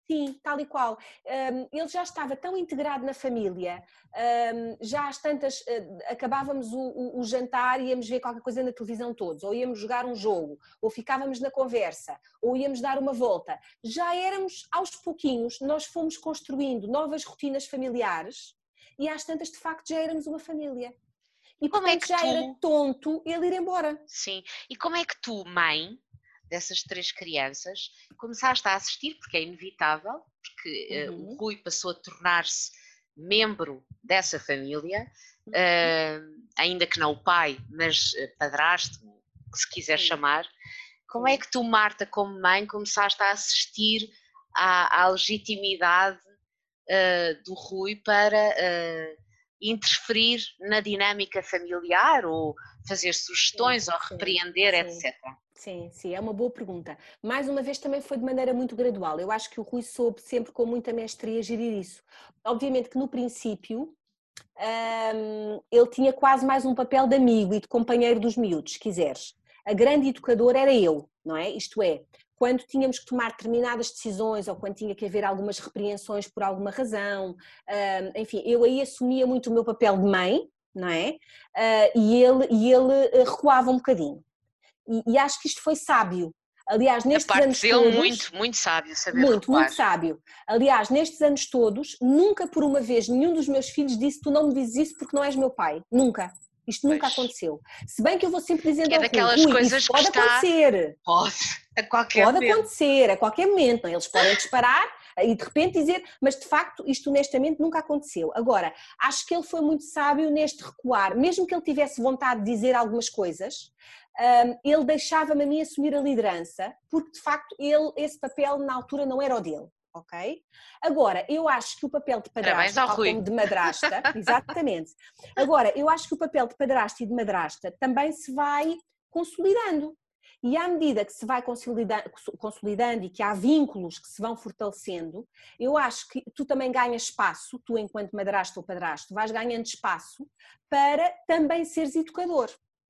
C: Sim, tal e qual. Um, ele já estava tão integrado na família, um, já às tantas, uh, acabávamos o, o, o jantar e íamos ver qualquer coisa na televisão todos, ou íamos jogar um jogo, ou ficávamos na conversa, ou íamos dar uma volta. Já éramos, aos pouquinhos, nós fomos construindo novas rotinas familiares e às tantas, de facto, já éramos uma família. E,
B: Como é
C: portanto,
B: que
C: já
B: tu...
C: era tonto ele ir embora.
B: Sim, e como é que tu, mãe dessas três crianças, começaste a assistir, porque é inevitável, porque uh, o
C: Uhum.
B: Rui passou a tornar-se membro dessa família,
C: Uhum.
B: uh, ainda que não o pai, mas uh, padrasto, se quiser
C: Sim.
B: chamar. Como
C: Sim.
B: é que tu, Marta, como mãe, começaste a assistir à, à legitimidade uh, do Rui para uh, interferir na dinâmica familiar ou fazer sugestões
C: Sim,
B: ou
C: sim,
B: repreender,
C: sim.
B: etcétera?
C: Sim, sim, é uma boa pergunta. Mais uma vez também foi de maneira muito gradual. Eu acho que o Rui soube sempre com muita mestria gerir isso. Obviamente que no princípio hum, ele tinha quase mais um papel de amigo e de companheiro dos miúdos, se quiseres. A grande educadora era eu, não é? Isto é, quando tínhamos que tomar determinadas decisões ou quando tinha que haver algumas repreensões por alguma razão, hum, enfim, eu aí assumia muito o meu papel de mãe, não é? Uh, e ele, e ele recuava um bocadinho. E, e acho que isto foi sábio. Aliás,
B: Da
C: nestes
B: parte
C: anos
B: dele,
C: todos,
B: muito, muito sábio saber
C: muito,
B: recuar.
C: muito sábio. Aliás, nestes anos todos, nunca por uma vez nenhum dos meus filhos disse: tu não me dizes isso porque não és meu pai. Nunca. Isto nunca
B: Pois.
C: aconteceu. Se bem que eu vou sempre dizendo
B: Que é
C: ao Rui:
B: daquelas
C: Rui, isso
B: coisas que
C: pode
B: está.
C: acontecer.
B: Pode, a qualquer
C: Pode
B: momento.
C: acontecer, a qualquer momento. Não é? Eles podem disparar e de repente dizer, mas de facto isto honestamente nunca aconteceu. Agora, acho que ele foi muito sábio neste recuar, mesmo que ele tivesse vontade de dizer algumas coisas, um, ele deixava-me a mim assumir a liderança, porque de facto ele, esse papel na altura não era o dele. Ok? Agora, eu acho que o papel de
B: Parabéns
C: padrasto,
B: ao
C: tal
B: Rui.
C: como de madrasta, exatamente. Agora, eu acho que o papel de padrasto e de madrasta também se vai consolidando. E à medida que se vai consolidando, consolidando e que há vínculos que se vão fortalecendo, eu acho que tu também ganhas espaço, tu enquanto madrasto ou padrasto, vais ganhando espaço para também seres educador.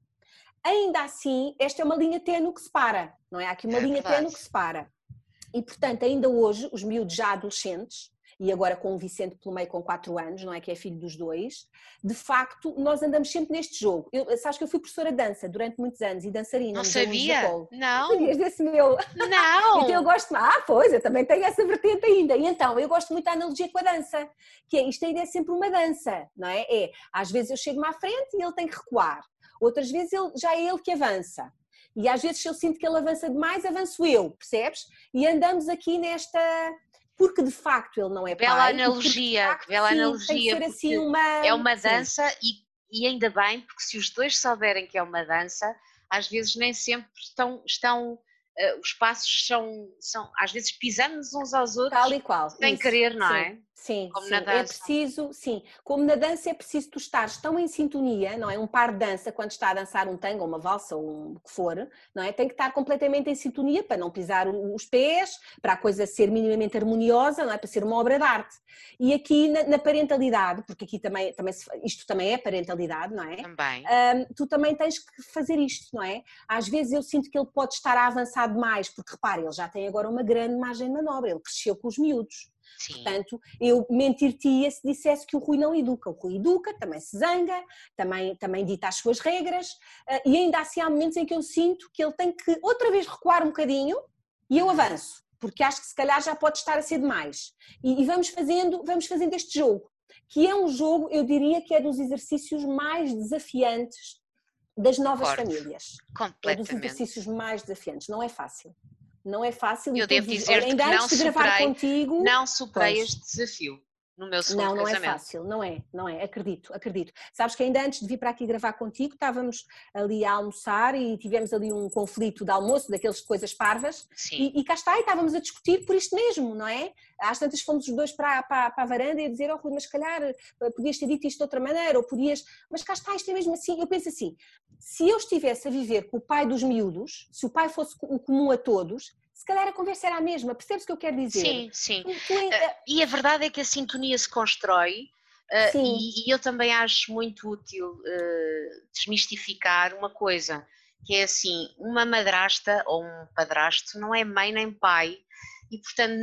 C: Ainda assim, esta é uma linha ténue que separa, não é? Há aqui uma
B: É
C: linha
B: verdade.
C: ténue que separa. E, portanto, ainda hoje, os miúdos já adolescentes, e agora com o Vicente pelo meio com quatro anos, não é, que é filho dos dois, de facto, nós andamos sempre neste jogo. Eu, sabes que eu fui professora de dança durante muitos anos e dançarina
B: Não
C: nos alunos da
B: sabia?
C: Polo.
B: Não.
C: Sabias desse meu? Então eu
B: Não.
C: gosto, ah, pois, eu também tenho essa vertente ainda. E então, eu gosto muito da analogia com a dança, que é, isto ainda é sempre uma dança, não é? É, às vezes eu chego-me à frente e ele tem que recuar. Outras vezes ele, já é ele que avança. E às vezes se eu sinto que ele avança demais, avanço eu, percebes? E andamos aqui nesta... Porque de facto ele não é
B: Bela
C: pai e porque de
B: analogia,
C: facto
B: que bela
C: sim, tem que
B: analogia,
C: ser assim
B: porque
C: uma...
B: é uma
C: Sim,
B: dança e, e ainda bem, porque se os dois souberem que é uma dança, às vezes nem sempre estão, estão uh, os passos são, são, às vezes pisamos uns aos
C: tal
B: outros
C: e qual,
B: sem
C: isso,
B: querer, não
C: sim.
B: é?
C: Sim,
B: Como na
C: sim, é
B: dança.
C: preciso, sim, como na dança é preciso tu estares tão em sintonia, não é? Um par de dança, quando está a dançar um tango ou uma valsa ou um, o que for, não é? Tem que estar completamente em sintonia para não pisar os pés, para a coisa ser minimamente harmoniosa, não é? Para ser uma obra de arte. E aqui na, na parentalidade, porque aqui também, também se, isto também é parentalidade, não é?
B: Também.
C: Um, tu também tens que fazer isto, não é? Às vezes eu sinto que ele pode estar a avançar demais, porque repare, ele já tem agora uma grande margem de manobra, ele cresceu com os miúdos.
B: Sim.
C: Portanto, eu mentir-te-ia se dissesse que o Rui não educa. O Rui educa, também se zanga, também, também dita as suas regras, e ainda assim há momentos em que eu sinto que ele tem que outra vez recuar um bocadinho e eu avanço, porque acho que se calhar já pode estar a ser demais. E, e vamos, fazendo, vamos fazendo este jogo, que é um jogo, eu diria que é dos exercícios mais desafiantes das novas
B: Concordo.
C: famílias. É dos
B: Completamente.
C: exercícios mais desafiantes, não é fácil. Não é fácil.
B: Eu
C: e
B: devo
C: todos os... Olha,
B: dizer-te
C: ainda
B: que não
C: antes de gravar
B: superei,
C: contigo...
B: não superei
C: Pois,
B: este desafio no meu segundo
C: não, não é
B: casamento.
C: fácil, não é, não é, acredito, acredito. Sabes que ainda antes de vir para aqui gravar contigo, estávamos ali a almoçar e tivemos ali um conflito de almoço, daqueles de coisas parvas,
B: Sim.
C: e, e cá está, e estávamos a discutir por isto mesmo, não é? Às tantas fomos os dois para, para, para a varanda e a dizer, oh Rui, mas se calhar podias ter dito isto de outra maneira, ou podias, mas cá está, isto é mesmo assim. Eu penso assim, se eu estivesse a viver com o pai dos miúdos, se o pai fosse o comum a todos, se calhar a conversa era a mesma, percebes o que eu quero dizer?
B: Sim, sim.
C: Tu, tu,
B: uh, e a verdade é que a sintonia se constrói uh, e, e eu também acho muito útil uh, desmistificar uma coisa, que é assim, uma madrasta ou um padrasto não é mãe nem pai e portanto não,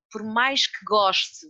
B: por mais que goste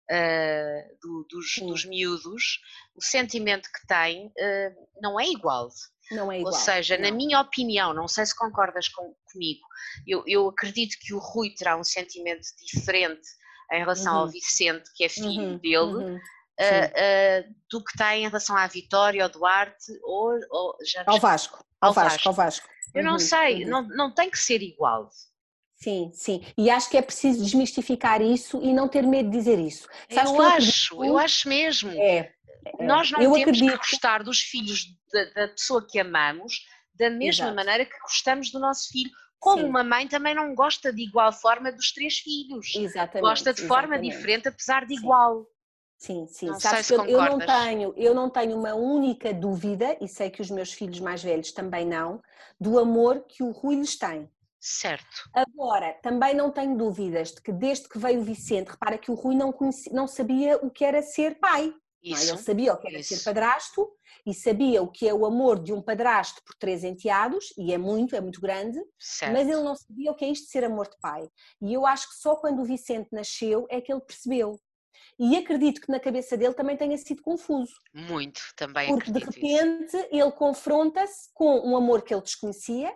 B: uh, do, dos, dos miúdos, o sentimento que tem uh, não é igual.
C: Não é igual.
B: Ou seja,
C: não.
B: na minha opinião, não sei se concordas com, comigo, eu, eu acredito que o Rui terá um sentimento diferente em relação
C: uhum.
B: ao Vicente, que é filho
C: uhum.
B: dele,
C: Uhum.
B: Uh, uh, do que tem em relação à Vitória, ao Duarte ou, ou já
C: ao Vasco. Ao, ao Vasco, Vasco, ao Vasco.
B: Eu
C: uhum.
B: não sei,
C: uhum.
B: não, não tem que ser igual.
C: Sim, sim. E acho que é preciso desmistificar isso e não ter medo de dizer isso.
B: Sabes eu acho, acredito, eu acho mesmo.
C: É, é,
B: Nós não
C: eu
B: temos
C: acredito.
B: que gostar dos filhos da, da pessoa que amamos da mesma
C: Exato.
B: maneira que gostamos do nosso filho. Como sim. Uma mãe também não gosta de igual forma dos três filhos.
C: Exatamente.
B: Gosta de forma
C: exatamente.
B: diferente, apesar de
C: sim.
B: igual.
C: Sim, sim.
B: Não
C: Sabes
B: sei
C: que
B: se
C: eu, eu não tenho, eu não tenho uma única dúvida, e sei que os meus filhos mais velhos também não, do amor que o Rui lhes tem.
B: Certo.
C: Agora, também não tenho dúvidas de que desde que veio o Vicente, repara que o Rui não, conhecia, não sabia o que era ser pai. Não é? Ele sabia o que era isso. ser padrasto e sabia o que é o amor de um padrasto por três enteados, e é muito, é muito grande,
B: certo.
C: Mas ele não sabia o que é isto de ser amor de pai. E eu acho que só quando o Vicente nasceu é que ele percebeu. E acredito que na cabeça dele também tenha sido confuso.
B: Muito, também
C: Porque de
B: acredito
C: repente
B: isso.
C: ele confronta-se com um amor que ele desconhecia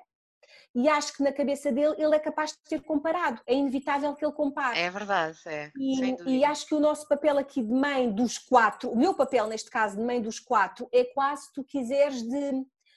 C: e acho que na cabeça dele ele é capaz de ter comparado. É inevitável que ele compare.
B: É verdade, é.
C: E,
B: sem dúvida.
C: E acho que o nosso papel aqui de mãe dos quatro, o meu papel neste caso de mãe dos quatro, é quase, se tu quiseres, de,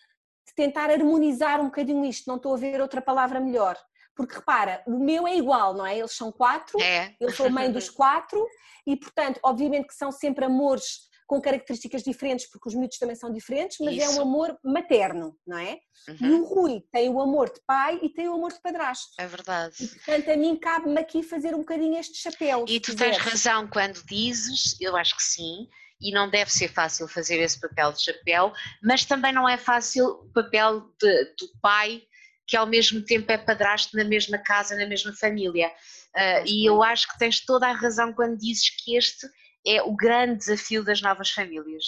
C: de tentar harmonizar um bocadinho isto. Não estou a ver outra palavra melhor. Porque repara, o meu é igual, não é? Eles são quatro,
B: é.
C: eu sou mãe dos quatro e, portanto, obviamente que são sempre amores com características diferentes, porque os miúdos também são diferentes, mas
B: Isso.
C: é um amor materno, não é?
B: Uhum.
C: E o Rui tem o amor de pai e tem o amor de padrasto.
B: É verdade.
C: E, portanto, a mim cabe-me aqui fazer um bocadinho este chapéu.
B: E tu tens razão quando dizes, eu acho que sim, e não deve ser fácil fazer esse papel de chapéu, mas também não é fácil o papel de, do pai, que ao mesmo tempo é padrasto na mesma casa, na mesma família. Uh, e eu acho que tens toda a razão quando dizes que este é o grande desafio das novas famílias.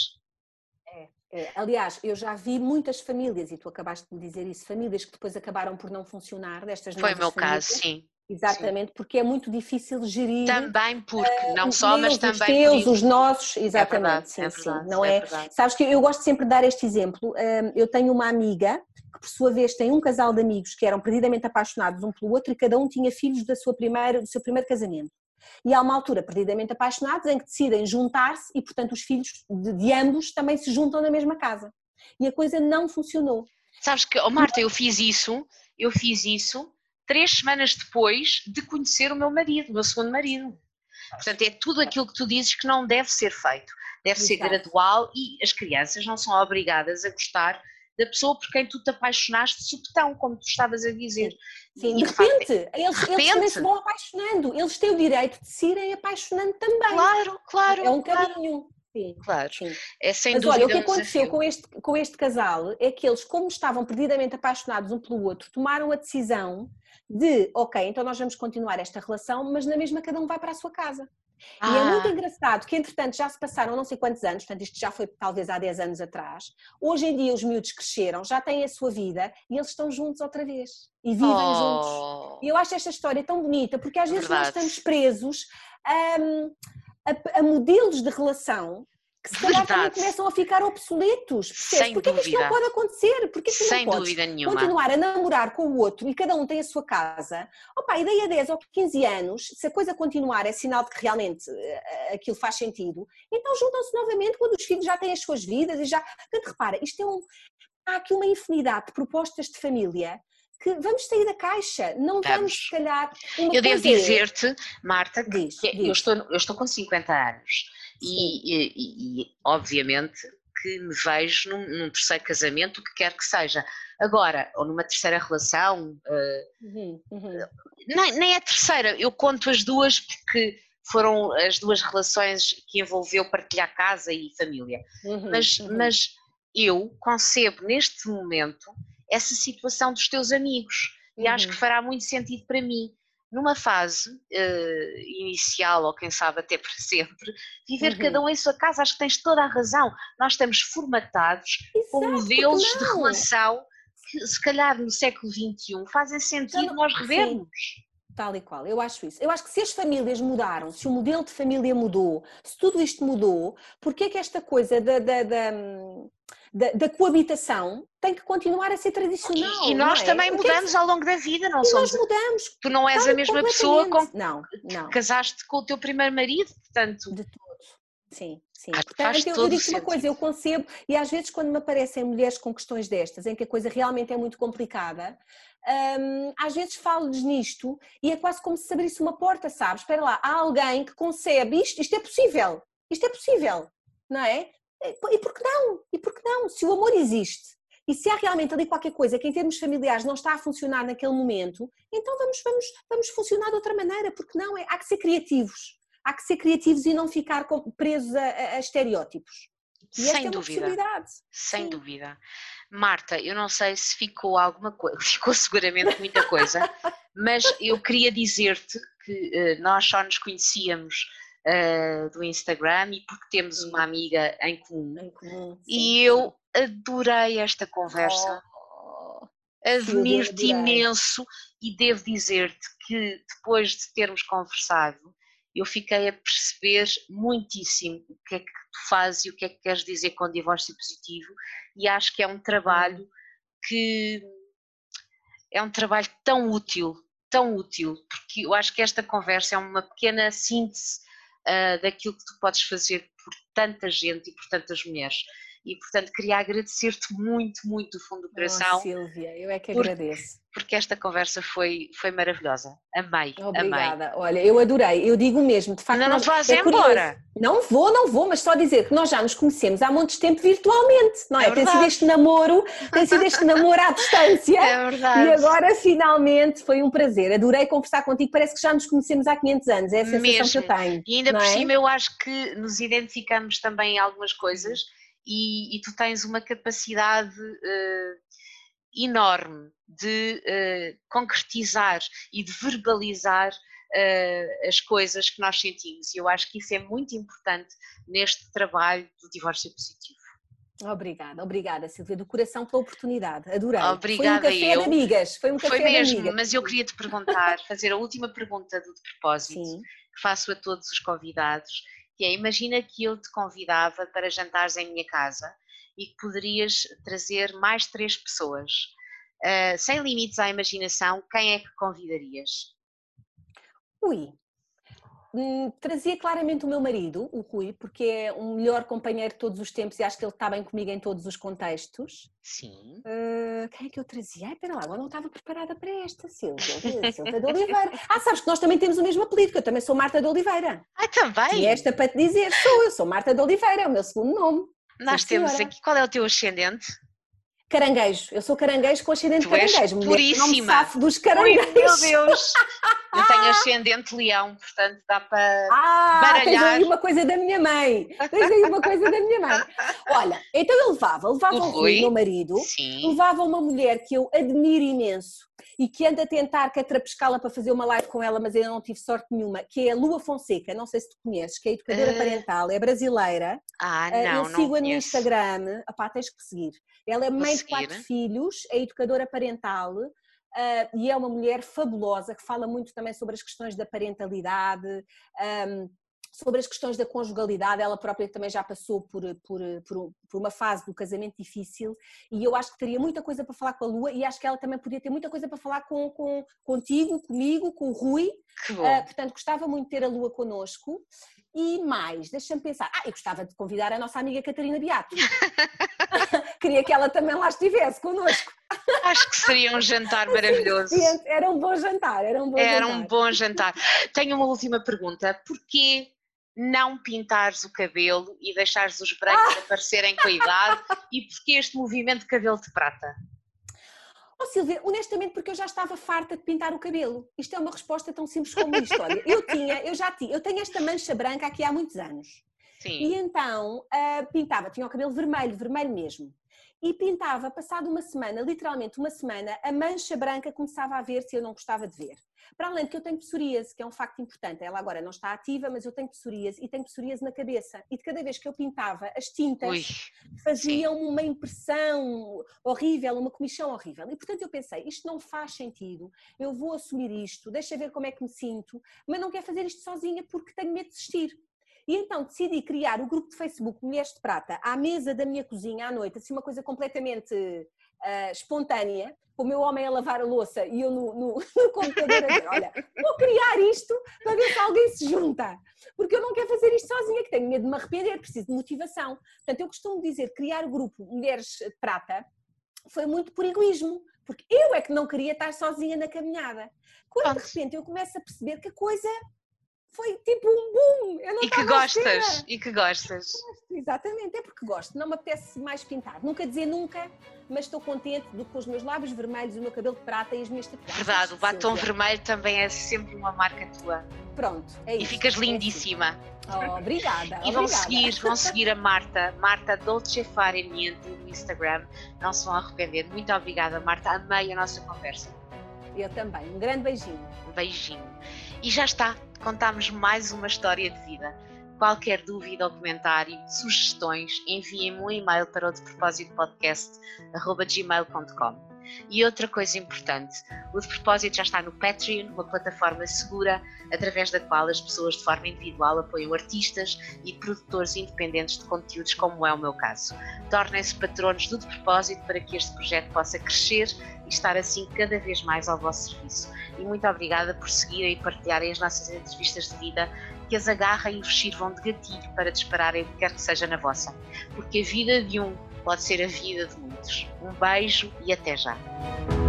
C: É, é. Aliás, eu já vi muitas famílias, e tu acabaste de me dizer isso, famílias que depois acabaram por não funcionar, destas
B: Foi
C: novas
B: o meu
C: famílias.
B: caso, sim.
C: Exatamente, sim. Porque é muito difícil gerir.
B: Também porque,
C: uh,
B: não
C: os
B: só,
C: meus,
B: mas também
C: os teus,
B: por
C: os nossos, exatamente,
B: é verdade,
C: sim,
B: é verdade,
C: sim, não
B: é?
C: é?
B: Verdade.
C: Sabes que eu gosto sempre de dar este exemplo, um, eu tenho uma amiga que por sua vez tem um casal de amigos que eram perdidamente apaixonados um pelo outro e cada um tinha filhos da sua primeira, do seu primeiro casamento. E há uma altura perdidamente apaixonados em que decidem juntar-se e, portanto, os filhos de, de ambos também se juntam na mesma casa. E a coisa não funcionou.
B: Sabes que, oh Marta, eu fiz isso, eu fiz isso três semanas depois de conhecer o meu marido, o meu segundo marido. Portanto, é tudo aquilo que tu dizes que não deve ser feito. Deve Exato. Ser gradual e as crianças não são obrigadas a gostar da pessoa por quem tu te apaixonaste de supetão, como tu estavas a dizer.
C: Sim, de repente, eles, de repente, eles também se vão apaixonando, eles têm o direito de se irem apaixonando também.
B: Claro, claro.
C: É um
B: claro.
C: caminho. Sim,
B: claro,
C: sim.
B: É sem
C: Mas
B: dúvida
C: olha, o que
B: um
C: aconteceu
B: desafio.
C: com este, com este casal é que eles, como estavam perdidamente apaixonados um pelo outro, tomaram a decisão de, ok, então nós vamos continuar esta relação, mas na mesma cada um vai para a sua casa. Ah. E é muito engraçado que, entretanto, já se passaram não sei quantos anos, portanto isto já foi talvez há dez anos atrás, hoje em dia os miúdos cresceram, já têm a sua vida e eles estão juntos outra vez e vivem
B: oh.
C: juntos. E eu acho esta história tão bonita, porque às vezes
B: Verdade.
C: nós estamos presos a, a, a modelos de relação que se calhar também começam a ficar obsoletos.
B: Sem
C: Porquê
B: dúvida.
C: que isto não pode acontecer? Porquê que
B: Sem
C: não podes
B: dúvida nenhuma.
C: continuar a namorar com o outro e cada um tem a sua casa? Opa, e daí a dez ou quinze anos, se a coisa continuar, é sinal de que realmente uh, aquilo faz sentido, então juntam-se novamente quando os filhos já têm as suas vidas e já... Portanto, repara, isto é um... há aqui uma infinidade de propostas de família que vamos sair da caixa, não vamos, vamos se calhar...
B: Eu devo dizer-te, é... Marta, que,
C: diz,
B: que
C: diz.
B: Eu, estou, eu estou com cinquenta anos e, e, e, obviamente, que me vejo num, num terceiro casamento, o que quer que seja. Agora, ou numa terceira relação, uh,
C: uhum, uhum.
B: Nem, nem é terceira, eu conto as duas porque foram as duas relações que envolveu partilhar casa e família. Uhum, mas, uhum. mas eu concebo neste momento essa situação dos teus amigos e uhum. acho que fará muito sentido para mim. Numa fase uh, inicial, ou quem sabe até para sempre, viver uhum. cada um em sua casa, acho que tens toda a razão. Nós estamos formatados Exato, com modelos de relação que, se calhar, no século vinte e um fazem sentido não, nós revermos.
C: Tal e qual, eu acho isso. Eu acho que se as famílias mudaram, se o modelo de família mudou, se tudo isto mudou, porque é que esta coisa da, da, da, da, da coabitação tem que continuar a ser tradicional,
B: E, e nós
C: não é?
B: também
C: O que é que-
B: mudamos ao longo da vida, não
C: E
B: somos...
C: nós mudamos.
B: Tu não és
C: Tal
B: a
C: e
B: mesma pessoa com
C: completamente. Não, não.
B: que casaste com o teu primeiro marido, portanto...
C: De todos. Sim, sim.
B: Acho que
C: Portanto,
B: faz
C: eu, eu
B: todo o
C: digo-te uma
B: sentido.
C: coisa, eu concebo, e às vezes quando me aparecem mulheres com questões destas, em que a coisa realmente é muito complicada, hum, às vezes falo-lhes nisto e é quase como se se abrisse uma porta, sabes? Espera lá, há alguém que concebe isto, isto é possível, isto é possível, não é? E por que não? E por que não? Se o amor existe e se há realmente ali qualquer coisa que em termos familiares não está a funcionar naquele momento, então vamos, vamos, vamos funcionar de outra maneira, porque não? É, há que ser criativos. Há que ser criativos e não ficar presos a, a, a estereótipos. E esta
B: Sem
C: é uma
B: dúvida,
C: possibilidade.
B: sem
C: Sim.
B: dúvida. Marta, eu não sei se ficou alguma coisa, ficou seguramente muita coisa, mas eu queria dizer-te que uh, nós só nos conhecíamos uh, do Instagram e porque temos
C: Sim.
B: uma amiga em comum,
C: Em comum, sim,
B: e eu
C: sim.
B: adorei esta conversa.
C: Oh,
B: Admiro-te imenso e devo dizer-te que depois de termos conversado, eu fiquei a perceber muitíssimo o que é que tu fazes e o que é que queres dizer com divórcio positivo, e acho que é um trabalho que é um trabalho tão útil, tão útil, porque eu acho que esta conversa é uma pequena síntese uh, daquilo que tu podes fazer por tanta gente e por tantas mulheres. E, portanto, queria agradecer-te muito, muito do fundo do coração.
C: Oh, Sílvia, eu é que
B: porque,
C: agradeço.
B: Porque esta conversa foi, foi maravilhosa. Amei,
C: Obrigada.
B: amei.
C: Olha, eu adorei. Eu digo mesmo, de facto,
B: Não, não
C: nós,
B: vais
C: é
B: embora.
C: curioso. Não vou, não vou, mas só dizer que nós já nos conhecemos há muito tempo virtualmente, não é?
B: É
C: Tem sido este namoro, tem sido este namoro à distância.
B: É verdade.
C: E agora, finalmente, foi um prazer. Adorei conversar contigo. Parece que já nos conhecemos há quinhentos anos. É a sensação
B: Mesmo.
C: que eu tenho.
B: E ainda
C: não
B: por
C: é?
B: cima eu acho que nos identificamos também em algumas coisas. E, e tu tens uma capacidade uh, enorme de uh, concretizar e de verbalizar uh, as coisas que nós sentimos. E eu acho que isso é muito importante neste trabalho do divórcio positivo.
C: Obrigada, obrigada, Sílvia, do coração pela oportunidade, adorei.
B: Obrigada,
C: foi um café
B: eu.
C: de amigas, foi um
B: Foi
C: café
B: mesmo,
C: de amigas.
B: mas eu queria te perguntar, fazer a última pergunta do de propósito,
C: Sim.
B: que faço a todos os convidados, que é, imagina que eu te convidava para jantares em minha casa e que poderias trazer mais três pessoas. Uh, sem limites à imaginação, quem é que convidarias?
C: Ui, hum, trazia claramente o meu marido, o Rui, porque é um melhor companheiro de todos os tempos e acho que ele está bem comigo em todos os contextos.
B: Sim.
C: Uh, quem é que eu trazia? Ai, espera lá, agora não estava preparada para esta, Sílvia, Sílvia de Oliveira. Ah, sabes que nós também temos o mesmo apelido, que eu também sou Marta de Oliveira.
B: Ah, também?
C: E esta para te dizer, sou eu, sou Marta de Oliveira, é o meu segundo nome.
B: Nós
C: Sim,
B: temos
C: senhora.
B: aqui, qual é o teu ascendente?
C: Caranguejo, eu sou caranguejo com ascendente
B: Tu
C: caranguejo,
B: és
C: mulher,
B: puríssima.
C: eu não me safo dos caranguejos.
B: Ui, meu Deus! Eu tenho ascendente leão, portanto dá para
C: ah,
B: baralhar.
C: Tens aí uma coisa da minha mãe, tens aí uma coisa da minha mãe. Olha, então eu levava, levava o, o Rui, meu marido,
B: sim.
C: levava uma mulher que eu admiro imenso e que anda a tentar catrapescá-la para fazer uma live com ela, mas ainda não tive sorte nenhuma, que é a Lua Fonseca, não sei se tu conheces, que é educadora uh... parental, é brasileira.
B: Ah, não,
C: eu sigo-a no
B: conheço.
C: Instagram, opá, tens que seguir. Ela é
B: Vou
C: mãe
B: seguir.
C: de quatro filhos, é educadora parental uh, e é uma mulher fabulosa que fala muito também sobre as questões da parentalidade, um, sobre as questões da conjugalidade. Ela própria também já passou por, por, por, por uma fase do casamento difícil e eu acho que teria muita coisa para falar com a Lua e acho que ela também podia ter muita coisa para falar com, com, contigo, comigo, com o Rui.
B: Que bom.
C: Uh, portanto, gostava muito de ter a Lua connosco. E mais, deixa-me pensar, ah, eu gostava de convidar a nossa amiga Catarina Beato. Queria que ela também lá estivesse connosco.
B: Acho que seria um jantar maravilhoso.
C: Era um bom jantar, era um bom
B: era
C: jantar.
B: um bom jantar. Tenho uma última pergunta, porquê não pintares o cabelo e deixares os brancos ah! aparecerem com a idade e porquê este movimento de cabelo de prata?
C: Oh Sílvia, honestamente porque eu já estava farta de pintar o cabelo. Isto é uma resposta tão simples como isto. Olha, eu tinha, eu já tinha, eu tenho esta mancha branca aqui há muitos anos.
B: Sim.
C: E então uh, pintava, tinha o cabelo vermelho, vermelho mesmo. E pintava, passado uma semana, literalmente uma semana, a mancha branca começava a ver-se e eu não gostava de ver. Para além de que eu tenho psoríase, que é um facto importante. Ela agora não está ativa, mas eu tenho psoríase e tenho psoríase na cabeça. E de cada vez que eu pintava, as tintas
B: Ui,
C: faziam sim. uma impressão horrível, uma comichão horrível. E portanto eu pensei, isto não faz sentido, eu vou assumir isto, deixa ver como é que me sinto, mas não quero fazer isto sozinha porque tenho medo de desistir. E então decidi criar o grupo de Facebook Mulheres de Prata à mesa da minha cozinha à noite, assim uma coisa completamente uh, espontânea, com o meu homem a lavar a louça e eu no, no, no computador a dizer, olha, vou criar isto para ver se alguém se junta, porque eu não quero fazer isto sozinha, que tenho medo de me arrepender, preciso de motivação. Portanto, eu costumo dizer, criar o grupo Mulheres de Prata foi muito por egoísmo, porque eu é que não queria estar sozinha na caminhada. Quando de repente eu começo a perceber que a coisa foi tipo um boom. Eu não
B: e que gostas, e que gostas.
C: Exatamente, é porque gosto. Não me apetece mais pintar. Nunca dizer nunca, mas estou contente de com os meus lábios vermelhos, o meu cabelo de prata e as minhas tatuagens.
B: Verdade, o batom vermelho também é sempre uma marca tua.
C: Pronto, é isso.
B: E ficas lindíssima.
C: É assim. Oh, obrigada.
B: E vão
C: obrigada.
B: seguir, vão seguir a Marta, Marta Dolce Fare Niente no Instagram. Não se vão arrepender. Muito obrigada, Marta. Amei a nossa conversa.
C: Eu também. Um grande beijinho.
B: Um beijinho. E já está. Contámos mais uma história de vida. Qualquer dúvida ou comentário, sugestões, enviem-me um e-mail para o de propósito podcast arroba gmail ponto com. E outra coisa importante, o De Propósito já está no Patreon, uma plataforma segura através da qual as pessoas de forma individual apoiam artistas e produtores independentes de conteúdos, como é o meu caso. Tornem-se patronos do De Propósito para que este projeto possa crescer e estar assim cada vez mais ao vosso serviço. E muito obrigada por seguirem e partilharem as nossas entrevistas de vida, que as agarrem e vos sirvam de gatilho para dispararem o que quer que seja na vossa. Porque a vida de um pode ser a vida de muitos. Um beijo e até já!